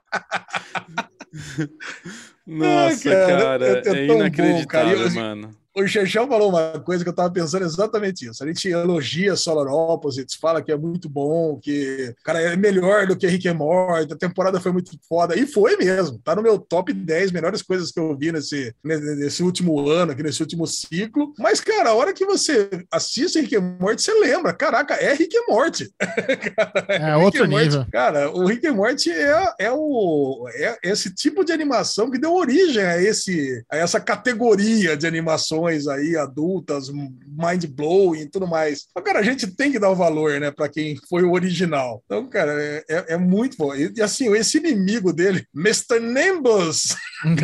Nossa, ah, cara, cara, é, é inacreditável, bom, cara. Eu, mano. O Chechão falou uma coisa que eu tava pensando exatamente isso. A gente elogia Solar Opposites, fala que é muito bom, que, cara, é melhor do que Rick and Morty, a temporada foi muito foda, e foi mesmo. Tá no meu top dez melhores coisas que eu vi nesse, nesse último ano, aqui nesse último ciclo. Mas, cara, a hora que você assiste Rick and Morty, você lembra, caraca, é Rick and Morty. Cara, é, é outro nível. Morty, cara, o Rick and Morty é, é, o, é esse tipo de animação que deu origem a, esse, a essa categoria de animações aí, adultas, mind-blowing e tudo mais. Então, cara, a gente tem que dar o valor, né, pra quem foi o original. Então, cara, é, é, é muito bom. E, e assim, esse inimigo dele, mister Nimbus...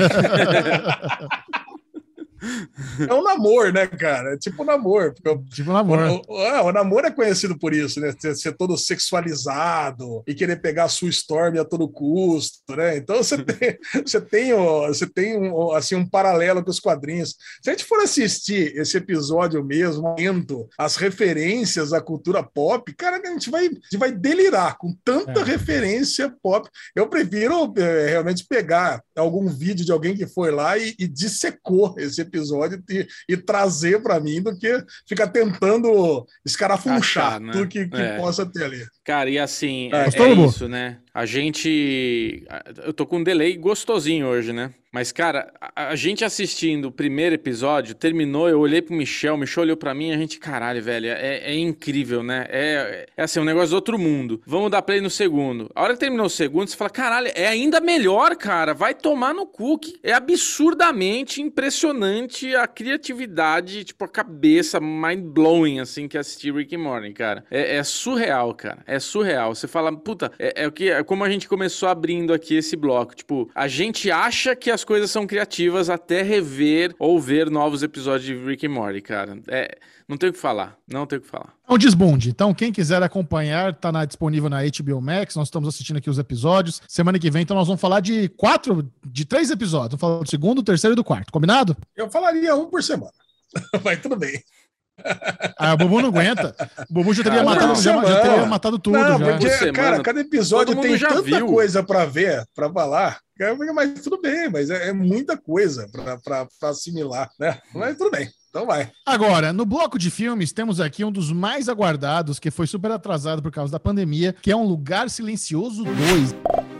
É um namoro, né, cara? É tipo um namoro. Tipo um namoro. O, o, o namoro é conhecido por isso, né? Ser, ser todo sexualizado e querer pegar a sua Storm a todo custo, né? Então você tem, você tem, você tem um, assim, um paralelo com os quadrinhos. Se a gente for assistir esse episódio mesmo, lendo as referências à cultura pop, cara, a gente vai, a gente vai delirar com tanta é. referência pop. Eu prefiro é, realmente pegar algum vídeo de alguém que foi lá e, e dissecou esse episódio e, e trazer para mim do que ficar tentando escarafunchar Achar, né? tudo que, que é. possa ter ali. Cara, e assim, é, é, é isso, né? A gente... Eu tô com um delay gostosinho hoje, né? Mas, cara, a, a gente assistindo o primeiro episódio, terminou, eu olhei pro Michel, o Michel olhou pra mim e a gente, caralho, velho, é, é incrível, né? É, é assim, um negócio do outro mundo. Vamos dar play no segundo. A hora que terminou o segundo, você fala, caralho, é ainda melhor, cara. Vai tomar no cu. Que é absurdamente impressionante a criatividade, tipo, a cabeça mind-blowing, assim, que é assistir Rick and Morty, cara. É, é surreal, cara. É surreal. Você fala, puta, é, é o que... É como a gente começou abrindo aqui esse bloco. Tipo, a gente acha que as coisas são criativas até rever ou ver novos episódios de Rick and Morty, cara. É, não tem o que falar. Não tem o que falar. É um desbunde. Então, quem quiser acompanhar, tá na, disponível na H B O Max. Nós estamos assistindo aqui os episódios. Semana que vem, então, nós vamos falar de quatro, de três episódios. Vamos falar do segundo, do terceiro e do quarto. Combinado? Eu falaria um por semana. Mas tudo bem. Ah, o Bubu não aguenta. O Bubu já teria, ah, matado, já, já teria matado tudo. Não, já. Porque, semana, cara, cada episódio tem tanta viu. coisa pra ver, pra falar. Mas tudo bem, mas é, é muita coisa pra, pra, pra assimilar, né? Mas tudo bem. Então vai. Agora, no bloco de filmes, temos aqui um dos mais aguardados, que foi super atrasado por causa da pandemia, que é Um Lugar Silencioso dois.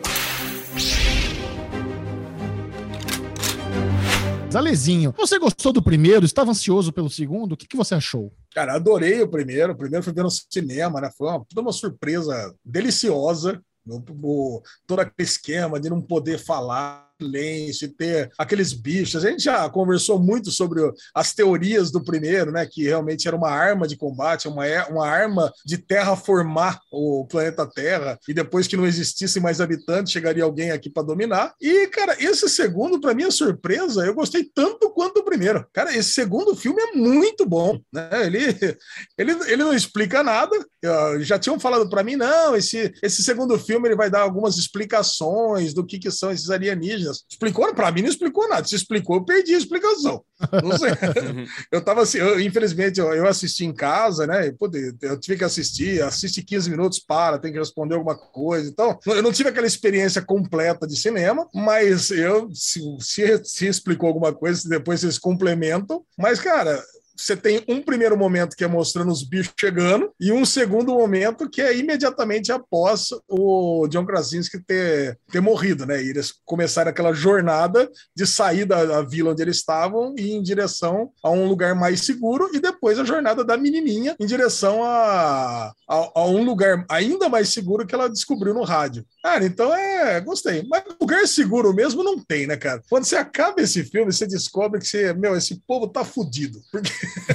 Alezinho, você gostou do primeiro? Estava ansioso pelo segundo? O que, que você achou? Cara, adorei o primeiro. O primeiro foi ver no cinema, né? Foi uma, toda uma surpresa deliciosa. O, o, todo aquele esquema de não poder falar, silêncio, ter aqueles bichos. A gente já conversou muito sobre as teorias do primeiro, né? Que realmente era uma arma de combate, uma, uma arma de terraformar o planeta Terra, e depois que não existisse mais habitantes, chegaria alguém aqui para dominar. E, cara, esse segundo, para minha surpresa, eu gostei tanto quanto o primeiro. Cara, esse segundo filme é muito bom, né? Ele, ele, ele não explica nada. Já tinham falado para mim, não, esse, esse segundo filme ele vai dar algumas explicações do que, que são esses alienígenas. Explicou? Para mim não explicou nada. Se explicou, eu perdi a explicação. Não sei. Eu tava assim, eu, infelizmente, eu, eu assisti em casa, né? Pô, eu tive que assistir, assiste quinze minutos, para, tem que responder alguma coisa. Então, eu não tive aquela experiência completa de cinema, mas eu, se, se, se explicou alguma coisa, depois vocês complementam. Mas, cara, você tem um primeiro momento que é mostrando os bichos chegando e um segundo momento que é imediatamente após o John Krasinski ter, ter morrido, né? E eles começaram aquela jornada de sair da, da vila onde eles estavam e ir em direção a um lugar mais seguro, e depois a jornada da menininha em direção a, a, a um lugar ainda mais seguro que ela descobriu no rádio. Cara, então é... Gostei. Mas lugar seguro mesmo não tem, né, cara? Quando você acaba esse filme, você descobre que você, meu, esse povo tá fudido. Porque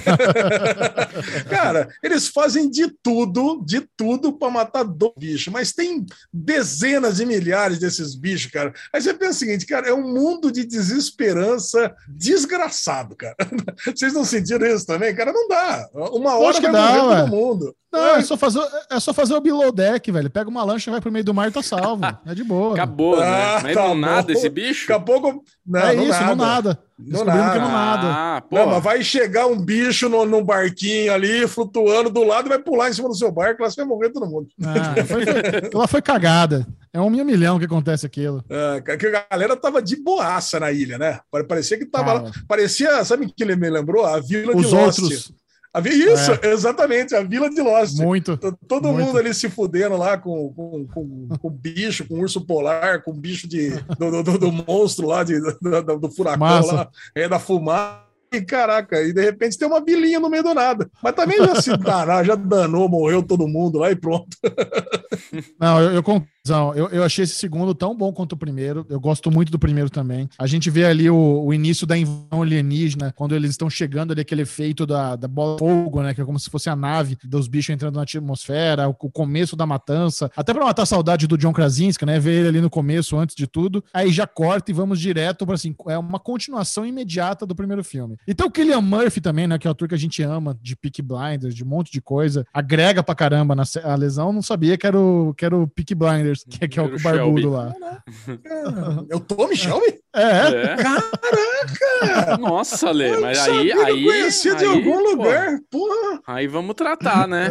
cara, eles fazem de tudo, de tudo pra matar do bicho, mas tem dezenas de milhares desses bichos, cara. Aí você pensa o seguinte, cara, é um mundo de desesperança desgraçado, cara. Vocês não sentiram isso também? Cara, não dá. Uma hora vai dá, morrer ué. todo mundo. Não, é só, fazer, é só fazer o below deck, velho. Pega uma lancha, vai pro meio do mar e tá salvo. É de boa. Acabou, né? Ah, Mas tá não nada bom. esse bicho? Daqui a pouco... Não, é não isso, nada. não nada. Descobrimos que não nada. Ah, pô. Não, mas vai chegar um bicho no, num barquinho ali, flutuando do lado, e vai pular em cima do seu barco, lá você vai morrer todo mundo. Ah, foi, foi, ela foi cagada. É um milhão, milhão que acontece aquilo. É, que a galera tava de boaça na ilha, né? Parecia que tava. Ah, parecia, sabe o que ele me lembrou? A Vila os de Lost. outros. A, isso, é. exatamente, a Vila de Lost. Muito. Todo muito. mundo ali se fudendo lá com, com, com, com bicho, com urso polar, com bicho de, do, do, do monstro lá, de, do, do furacão Massa. lá, é, da fumaça. E caraca, e de repente tem uma vilinha no meio do nada. Mas também já se danou, já danou, morreu todo mundo lá e pronto. Não, eu, eu Eu, eu achei esse segundo tão bom quanto o primeiro. Eu gosto muito do primeiro também. A gente vê ali o, o início da invasão alienígena, quando eles estão chegando ali, aquele efeito da, da bola de fogo, né? Que é como se fosse a nave dos bichos entrando na atmosfera, o, o começo da matança. Até pra matar a saudade do John Krasinski, né? Ver ele ali no começo, antes de tudo. Aí já corta e vamos direto para assim, é uma continuação imediata do primeiro filme. E tem o Cillian Murphy também, né? Que é o ator que a gente ama, de Peaky Blinders, de um monte de coisa. Agrega pra caramba na a lesão. Não sabia que era o, que era o Peaky Blinders, que, que é o barbudo lá. Eu tô, Shelby? É. É. Caraca! Nossa, Lê, mas Eu aí. sabia que eu aí conhecia de aí, algum pô, lugar. Porra! Aí vamos tratar, né?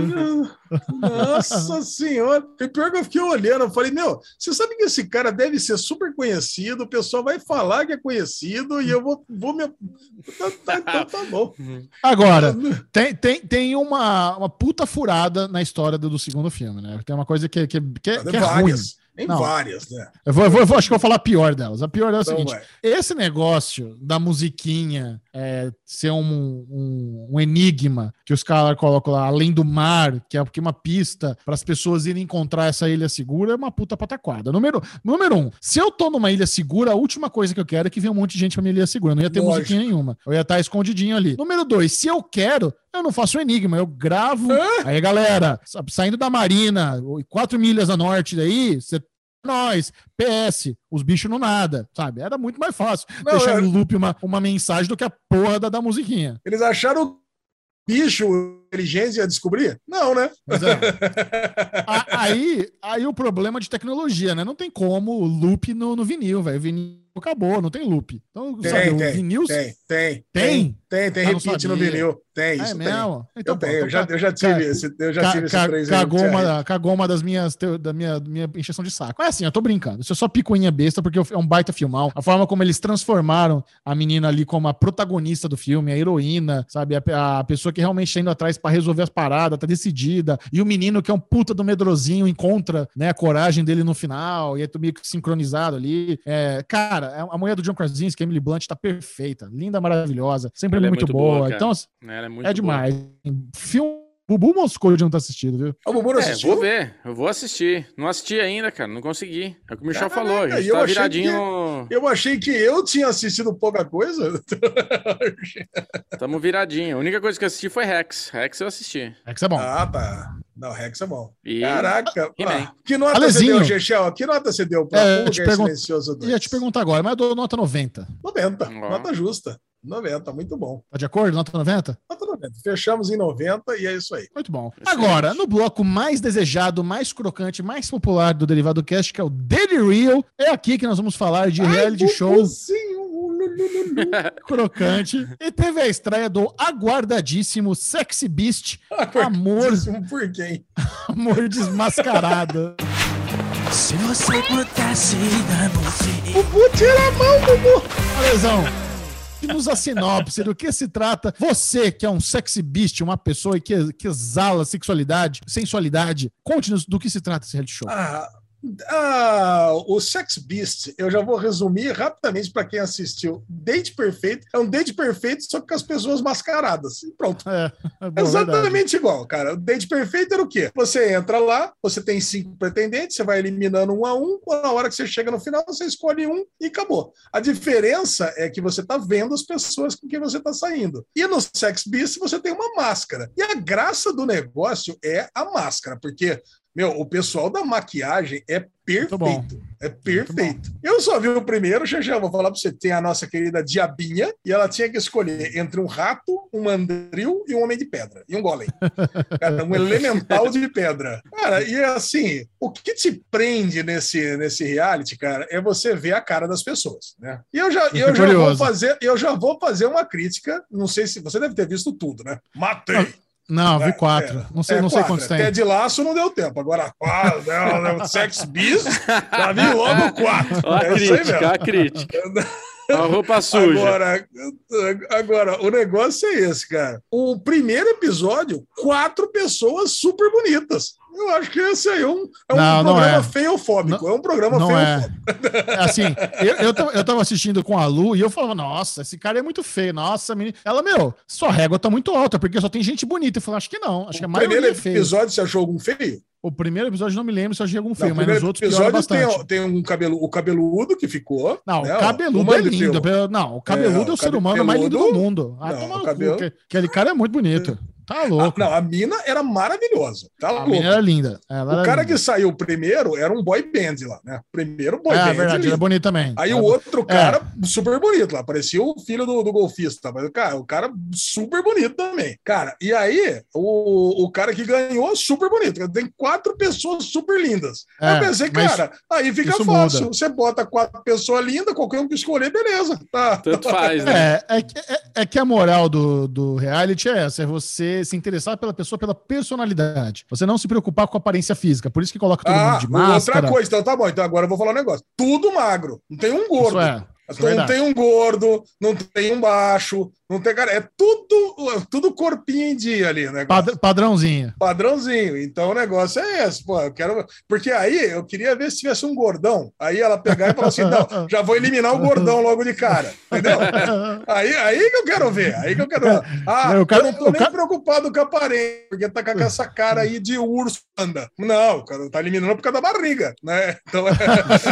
Nossa senhora! E pior que eu fiquei olhando, eu falei, meu, você sabe que esse cara deve ser super conhecido, o pessoal vai falar que é conhecido e eu vou, vou me. Tá, tá, tá, tá bom. Agora, tem, tem, tem uma, uma puta furada na história do, do segundo filme, né? Tem uma coisa que, que, que, é- que é ruim. Tem Não. várias, né? Eu, vou, eu, vou, eu vou- acho que eu vou falar a pior delas. A pior é o Então seguinte: vai. esse negócio da musiquinha é, ser um, um, um enigma que os caras colocam lá, além do mar, que é porque uma pista para as pessoas irem encontrar essa ilha segura, é uma puta pataquada. Número, número um, se eu tô numa ilha segura, a última coisa que eu quero é que venha um monte de gente pra minha ilha segura. Não ia ter Lógico. musiquinha nenhuma. Eu ia estar escondidinho ali. Número dois, se eu quero, eu não faço enigma, eu gravo. Aí, galera, sa- saindo da Marina, quatro milhas a norte daí, você. Nós, P S, os bichos não nada, sabe? Era muito mais fácil Não, deixar é- no loop uma, uma mensagem do que a porra da, da musiquinha. Eles acharam o bicho inteligência ia descobrir? Não, né? Mas é. A- aí, aí o problema de tecnologia, né? Não tem como loop no, no vinil, velho. O vinil acabou, não tem loop. Então, Tem, sabe, o tem, vinil. tem, tem, Tem? tem, tem Ah, não repeat no sabia. vinil. Tem, isso É tem. mesmo? Então, Eu pô, tenho, eu então já, ca- eu já tive ca- esse, eu já Ca- tive esses ca- três aí. cagou, tinha uma, cagou uma das minhas, teo- da minha, minha encheção de saco. É assim, eu tô brincando. Isso é só picuinha besta, porque é um baita filmão. A forma como eles transformaram a menina ali como a protagonista do filme, a heroína, sabe? A, a pessoa que realmente tá indo atrás pra resolver as paradas, tá decidida. E o menino que é um puta do medrosinho encontra, né, a coragem dele no final, e é tudo meio que sincronizado ali. É, cara, a mulher do John Krasinski, Emily Blunt, tá perfeita. Linda, maravilhosa. Sempre Ela é muito, muito boa. boa, cara. Então, Ela é muito é boa. demais. Filme. Bubu Moscou de não tá assistindo, viu? O Bubu não É, assistiu? vou ver, eu vou assistir. Não assisti ainda, cara, não consegui. É o que o Michel Caraca, falou, a gente eu tá achei viradinho que- no... Eu achei que eu tinha assistido pouca coisa. Tamo viradinho. A única coisa que eu assisti foi Rex. Rex eu assisti. É que isso é bom. Ah, tá. Não, Rex é bom. E... Caraca. He-Man. Ah, que nota Alezinho. você deu, Chechel? Que nota você deu pra É, um eu te Lugar pergun- Silencioso dois? Ia te perguntar agora, mas eu dou nota noventa. noventa. Ó. Nota justa. noventa, muito bom. Tá de acordo? Nota noventa? Nota noventa. Fechamos em noventa e é isso aí. Muito bom. Excelente. Agora, no bloco mais desejado, mais crocante, mais popular do Derivado Cast, que é o Daily Real, é aqui que nós vamos falar de reality Ai, show Bubuzinho, lulululu. crocante. E teve a estreia do aguardadíssimo Sexy Beast, Amor. Aguardadíssimo por quem? Amor Desmascarado. Se você pudesse dar você. Bubu, tira a mão, Bubu. Alesão, nos a sinopse do que se trata. Você, que é um sexy beast, uma pessoa que, que exala sexualidade, sensualidade, conte-nos do que se trata esse reality show. Ah, ah, o Sex Beast, eu já vou resumir rapidamente para quem assistiu. Date Perfeito é um date perfeito, só que com as pessoas mascaradas. E pronto. É, é bom, Exatamente verdade. igual, cara. O date perfeito era o quê? Você entra lá, você tem cinco pretendentes, você vai eliminando um a um, na hora que você chega no final, você escolhe um e acabou. A diferença é que você tá vendo as pessoas com quem você tá saindo. E no Sex Beast você tem uma máscara. E a graça do negócio é a máscara, porque meu, o pessoal da maquiagem é Muito bom. perfeito. É perfeito. Eu só vi o primeiro, Xexé, vou falar pra você. Tem a nossa querida Diabinha, e ela tinha que escolher entre um rato, um mandril e um homem de pedra. E um golem. Cara, um elemental de pedra. Cara, e assim, o que te prende nesse, nesse reality, cara, é você ver a cara das pessoas, né? E eu já, eu já vou curioso. fazer, eu já vou fazer uma crítica. Não sei se você deve ter visto tudo, né? Matei. Não, vi quatro. Não sei, é, não sei quatro. quantos tem. Até de laço não deu tempo. Agora, ah, não, não, Sex Bis, já vi logo quatro. Ó a É isso aí crítica, mesmo. ó a crítica. A roupa suja. Agora, agora, o negócio é esse, cara. O primeiro episódio, quatro pessoas super bonitas. Eu acho que esse aí é um, é um Não, não programa é. feiofóbico. Não- é um programa Não é. feiofóbico. Assim, eu, eu, tava, eu tava assistindo com a Lu e eu falava, nossa, esse cara é muito feio. Nossa, menina. Ela, meu, sua régua tá muito alta, porque só tem gente bonita. Eu falei, acho que não. Acho que a O maioria primeiro é feio. episódio, você achou algum feio? O primeiro episódio não me lembro se eu achei algum Não, feio, o mas nos primeiro outros piora episódio bastante. tem, tem um cabelo, o cabeludo que ficou. Não, né, o cabeludo o é Mandril. lindo. Não, o cabeludo é, É, o o ser humano mais lindo do cabeludo- mundo. Ah, Não, toma o no cabelo- cu, que- aquele cara é muito bonito. Tá louco. Ah, não, a mina era maravilhosa. Tá a louco. menina era linda. Ela O era cara linda. que saiu primeiro era um boy band lá, né? Primeiro boy É, band. verdade, lindo. era bonito também. Aí Era o bo- outro cara, super bonito lá, parecia o filho do, do golfista, mas cara, o cara super bonito também. Cara, e aí o, o cara que ganhou, super bonito. Tem quatro pessoas super lindas. É, eu pensei, mas cara, aí fica isso fácil. muda. Você bota quatro pessoas lindas, qualquer um que escolher, beleza. Tá. Tanto faz, né? É, é, que- é, é que a moral do, do reality é essa: é você se interessar pela pessoa pela personalidade. Você não se preocupar com a aparência física. Por isso que coloca todo Ah, mundo de máscara. outra coisa, então tá bom. Então agora eu vou falar um negócio. Tudo magro. Não tem um gordo. Isso é. Isso é Não verdade. tem um gordo, não tem um baixo, não tem cara. É tudo, tudo corpinho em dia ali, né? Pad- padrãozinho. Padrãozinho. Então o negócio é esse, pô. Eu quero. Porque aí eu queria ver se tivesse um gordão. Aí ela pegar e falar assim: não, já vou eliminar o gordão logo de cara. Entendeu? Aí, aí que eu quero ver. Aí que eu quero ver. Ah, Eu eu, quero- não tô eu nem quero- preocupado com a aparência, porque tá com essa cara aí de urso anda. Não, o cara tá eliminando por causa da barriga, né? Então é.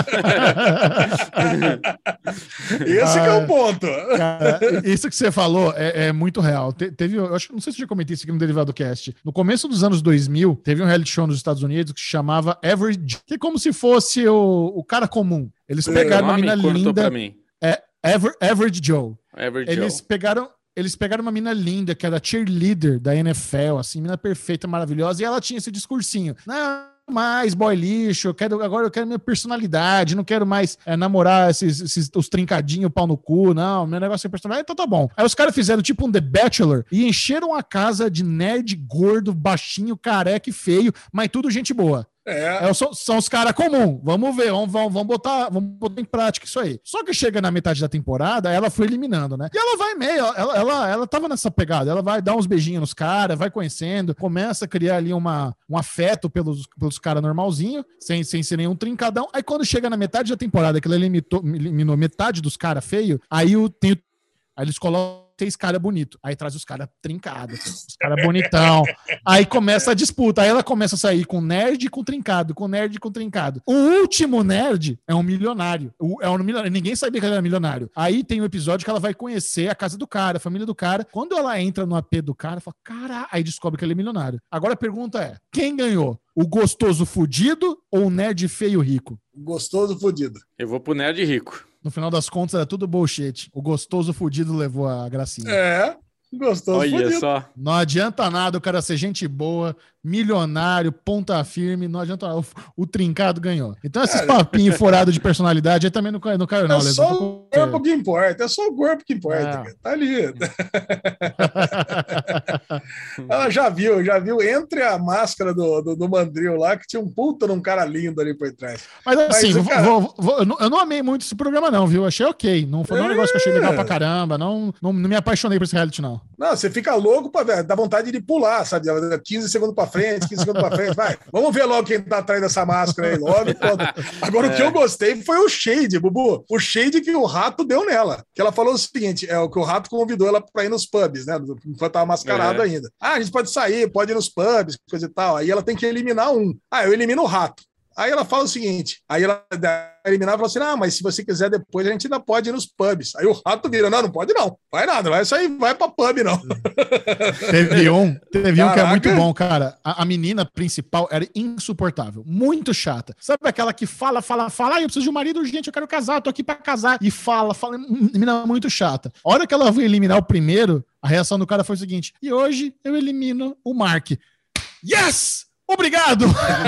Esse que é o ponto. Cara, isso que você falou é, é muito real. Te- teve, eu acho que não sei se eu já comentei isso aqui no Derivado Cast. No começo dos anos dois mil, teve um reality show nos Estados Unidos que se chamava Average, que é como se fosse o, o cara comum. Eles É, pegaram uma Nome, mina cortou linda, pra mim. é Aver, Average Joe. Average Eles Joe. pegaram, eles pegaram uma mina linda, que era cheerleader da N F L, assim, mina perfeita, maravilhosa, e ela tinha esse discursinho. Não mais boy lixo, eu quero, agora eu quero minha personalidade, não quero mais é, namorar esses, esses os trincadinhos, pau no cu, não, meu negócio é personalidade, então tá bom. Aí os caras fizeram tipo um The Bachelor e encheram a casa de nerd gordo, baixinho, careca e feio, mas tudo gente boa. É. É, são, são os caras comuns. Vamos ver, vamos, vamos, vamos, botar, vamos botar em prática isso aí. Só que chega na metade da temporada, ela foi eliminando, né? E ela vai meio, ela, ela, ela tava nessa pegada, ela vai dar uns beijinhos nos caras, vai conhecendo, começa a criar ali uma, um afeto pelos, pelos caras normalzinho, sem, sem ser nenhum trincadão. Aí quando chega na metade da temporada, que ela eliminou, eliminou metade dos caras feios, aí, o, tem, o- aí eles colocam três caras bonitos. Aí traz os caras trincados, os caras bonitão. Aí começa a disputa. Aí ela começa a sair com nerd e com trincado, com nerd e com trincado. O último nerd é um milionário. O- É um milionário. Ninguém sabia que ele era milionário. Aí tem um episódio que ela vai conhecer a casa do cara, a família do cara. Quando ela entra no A P do cara, fala, cara, aí descobre que ele é milionário. Agora a pergunta é, quem ganhou? O gostoso fudido ou o nerd feio rico? Gostoso fodido. Eu vou pro nerd rico. No final das contas, era tudo bullshit. O gostoso fudido levou a gracinha. É. Gostoso Olha fodido. só. Não adianta nada o cara ser gente boa, milionário, ponta firme, não adianta nada. O, o trincado ganhou. Então esses Cara. papinhos furados de personalidade aí também não caiu, não caiu não, É Lesão. só Tô o com- corpo que importa, é só o corpo que importa, É. cara. Tá ali. Ela já viu, já viu entre a máscara do, do, do Mandril lá, que tinha um puta num cara lindo ali por trás. Mas assim, Mas, vou- cara- vou- vou- eu, não, eu não amei muito esse programa não, viu? Achei ok. Não foi um É. negócio que eu achei legal pra caramba. Não, não, não me apaixonei por esse reality, não. Não, você fica louco pra ver, dá vontade de pular, sabe? quinze segundos pra frente, quinze segundos pra frente, vai. Vamos ver logo quem tá atrás dessa máscara aí logo. Pronto. Agora, o que eu gostei foi o shade, Bubu. O shade que o rato deu nela. Que ela falou o seguinte: é o que o rato convidou ela pra ir nos pubs, né? Enquanto tava mascarado É. ainda. Ah, a gente pode sair, pode ir nos pubs, coisa e tal. Aí ela tem que eliminar um. Ah, eu elimino o rato. Aí ela fala o seguinte, aí ela eliminar e fala assim, ah, mas se você quiser depois a gente ainda pode ir nos pubs. Aí o rato vira, não, não pode não, vai nada, vai sair, vai pra pub não. Teve um, teve um que é Caraca. muito bom, cara. A, a menina principal era insuportável, muito chata. Sabe aquela que fala, fala, fala, ah, eu preciso de um marido urgente, eu quero casar, eu tô aqui pra casar. E fala, fala, menina muito chata. A hora que ela foi eliminar o primeiro, a reação do cara foi o seguinte, e hoje eu elimino o Mark. Yes! Obrigado!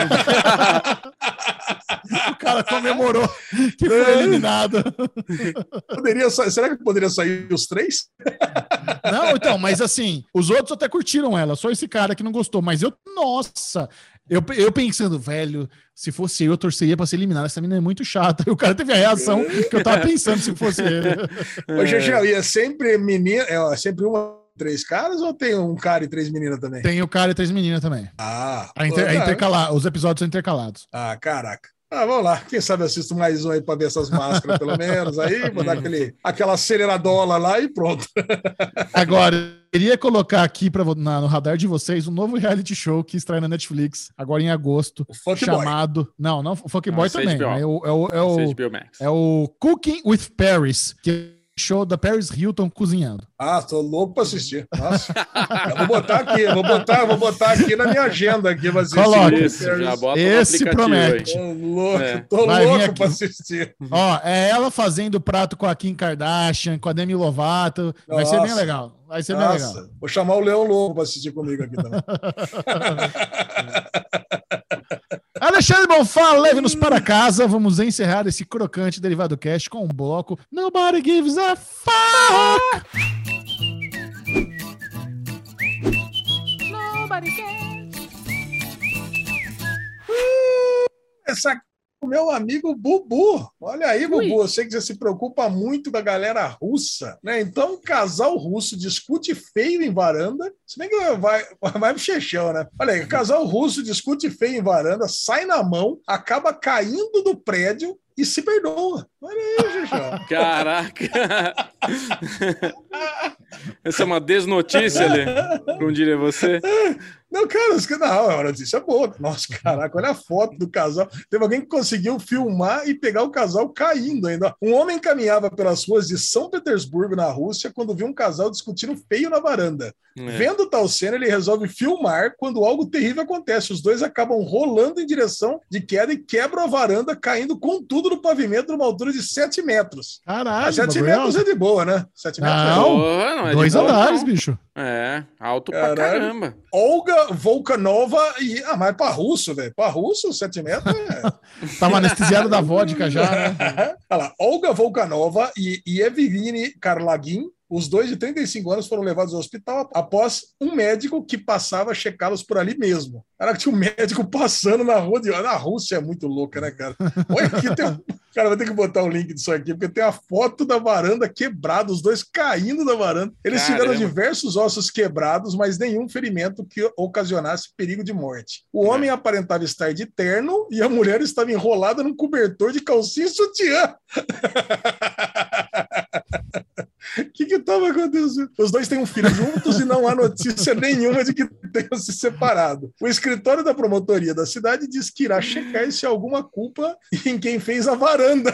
O cara comemorou que foi eliminado. Poderia sa... Será que poderia sair os três? Não, então, mas assim, os outros até curtiram ela, só esse cara que não gostou. Mas eu, nossa, eu, eu pensando, velho, se fosse eu, eu torceria pra ser eliminado. Essa menina é muito chata. E o cara teve a reação que eu tava pensando se fosse ele. Ô, Gegel, e é sempre menina, é sempre uma, três caras ou tem um cara e três meninas também? Tem o cara e três meninas também. Ah, a inter, pô, a intercalar, os episódios são intercalados. Ah, caraca. Ah, vamos lá. Quem sabe eu assisto mais um aí pra ver essas máscaras, pelo menos. Aí vou dar aquele, aquela aceleradola lá e pronto. Agora, eu queria colocar aqui pra, na, no radar de vocês um novo reality show que estreia na Netflix, agora em agosto, o chamado... Boy. Não, não, o Fuck Boy também. É o, é, o, é, o, é o Cooking with Paris, que show da Paris Hilton cozinhando. Ah, tô louco pra assistir. Nossa. Eu vou botar aqui, vou botar, vou botar aqui na minha agenda aqui pra assistir. Coloca. Esse, já bota Esse promete. Tô louco, é. tô Vai louco pra assistir. Ó, é ela fazendo o prato com a Kim Kardashian, com a Demi Lovato. Vai Nossa. ser bem legal. Vai ser Nossa. bem legal. Vou chamar o Leão Lobo pra assistir comigo aqui também. Alexandre Bonfá, leve-nos para casa. Vamos encerrar esse crocante derivado cast com um bloco Nobody Gives a Fuck. Nobody cares. Essa aqui é o meu amigo Bubu. Olha aí, Bubu, Ui. eu sei que você se preocupa muito da galera russa, né? Então, um casal russo discute feio em varanda. Se bem que vai, vai pro chechão, né? Olha aí, casal russo discute feio em varanda, sai na mão, acaba caindo do prédio e se perdoa. Olha aí, Chechão. Caraca! Essa é uma desnotícia, ali, como diria você. Não, cara, não, é uma notícia boa. Nossa, caraca, olha a foto do casal. Teve alguém que conseguiu filmar e pegar o casal caindo ainda. Um homem caminhava pelas ruas de São Petersburgo, na Rússia, quando viu um casal discutindo feio na varanda. É. Vendo tal cena, ele resolve filmar quando algo terrível acontece. Os dois acabam rolando em direção de queda e quebram a varanda, caindo com tudo no pavimento numa altura de sete metros. Caralho, ah, sete metros é de boa, né? sete metros não, é de boa. Não é dois boa, andares, não. bicho. É, alto Caralho. pra caramba. Olga Volkanova e... Ah, mas pra russo, velho. Pra russo, sete metros é... Tava anestesiado da vodka já, né? Olha lá, Olga Volkanova e Evgeny Karlagin, os dois de trinta e cinco anos foram levados ao hospital após um médico que passava a checá-los por ali mesmo. Era que tinha um médico passando na rua de... Na Rússia é muito louca, né, cara? Olha aqui, tem um... Cara, vou ter que botar o link disso aqui, porque tem a foto da varanda quebrada, os dois caindo da varanda. Eles Caramba. tiveram diversos ossos quebrados, mas nenhum ferimento que ocasionasse perigo de morte. O é. homem aparentava estar de terno e a mulher estava enrolada num cobertor de calcinha e sutiã. O que que estava acontecendo? Os dois têm um filho juntos e não há notícia nenhuma de que tenham se separado. O escritório da promotoria da cidade diz que irá checar se há alguma culpa em quem fez a varanda.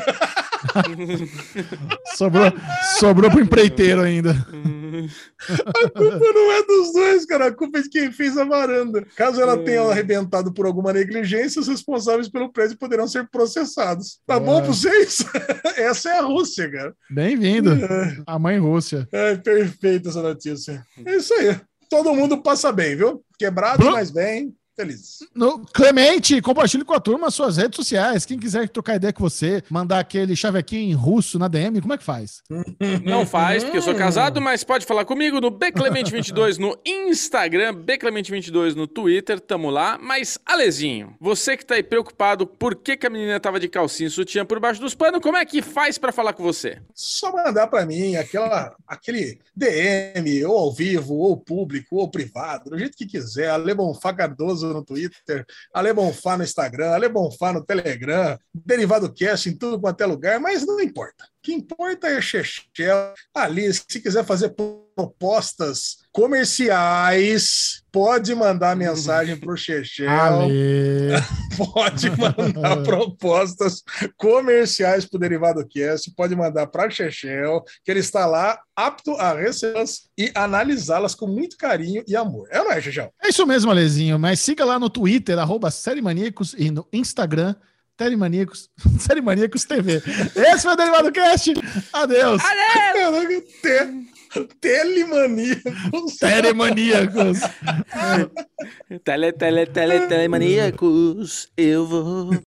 sobrou, sobrou pro empreiteiro ainda. A culpa não é dos dois, cara. A culpa é de quem fez a varanda. Caso ela tenha arrebentado por alguma negligência, os responsáveis pelo prédio poderão ser processados. Tá é. bom pra vocês? Essa é a Rússia, cara. Bem-vindo. É. A mãe Rússia. É perfeita essa notícia. É isso aí. Todo mundo passa bem, viu? Quebrado, Bru... mas bem. Feliz. No, Clemente, compartilhe com a turma as suas redes sociais. Quem quiser trocar ideia com você, mandar aquele chavequinho em russo na D M, como é que faz? Não faz, porque eu sou casado, mas pode falar comigo no B Clemente vinte e dois no Instagram, B Clemente vinte e dois no Twitter, tamo lá. Mas, Alezinho, você que tá aí preocupado por que, que a menina tava de calcinha e sutiã por baixo dos panos, como é que faz pra falar com você? Só mandar pra mim aquela, aquele D M, ou ao vivo, ou público, ou privado, do jeito que quiser. Ale Bonfá Cardoso no Twitter, Ale Bonfá no Instagram, Ale Bonfá no Telegram, Derivado Cast em tudo quanto é lugar, mas não importa. O que importa é Chechel. Ali, se quiser fazer propostas comerciais, pode mandar mensagem pro Chechel. Pode mandar propostas comerciais pro Derivado Cast, pode mandar para Chechel, que ele está lá apto a recebê-las e analisá-las com muito carinho e amor. É ou não é, Chechel? É isso mesmo, Alezinho, mas siga lá no Twitter, arroba Série Maníacos, e no Instagram, Série Maníacos, Série Maníacos T V. Esse foi o Derivado Cast. Adeus. Adeus. Telemaníacos. Telemaníacos. Tele, tele, tele, telemaníacos. Eu vou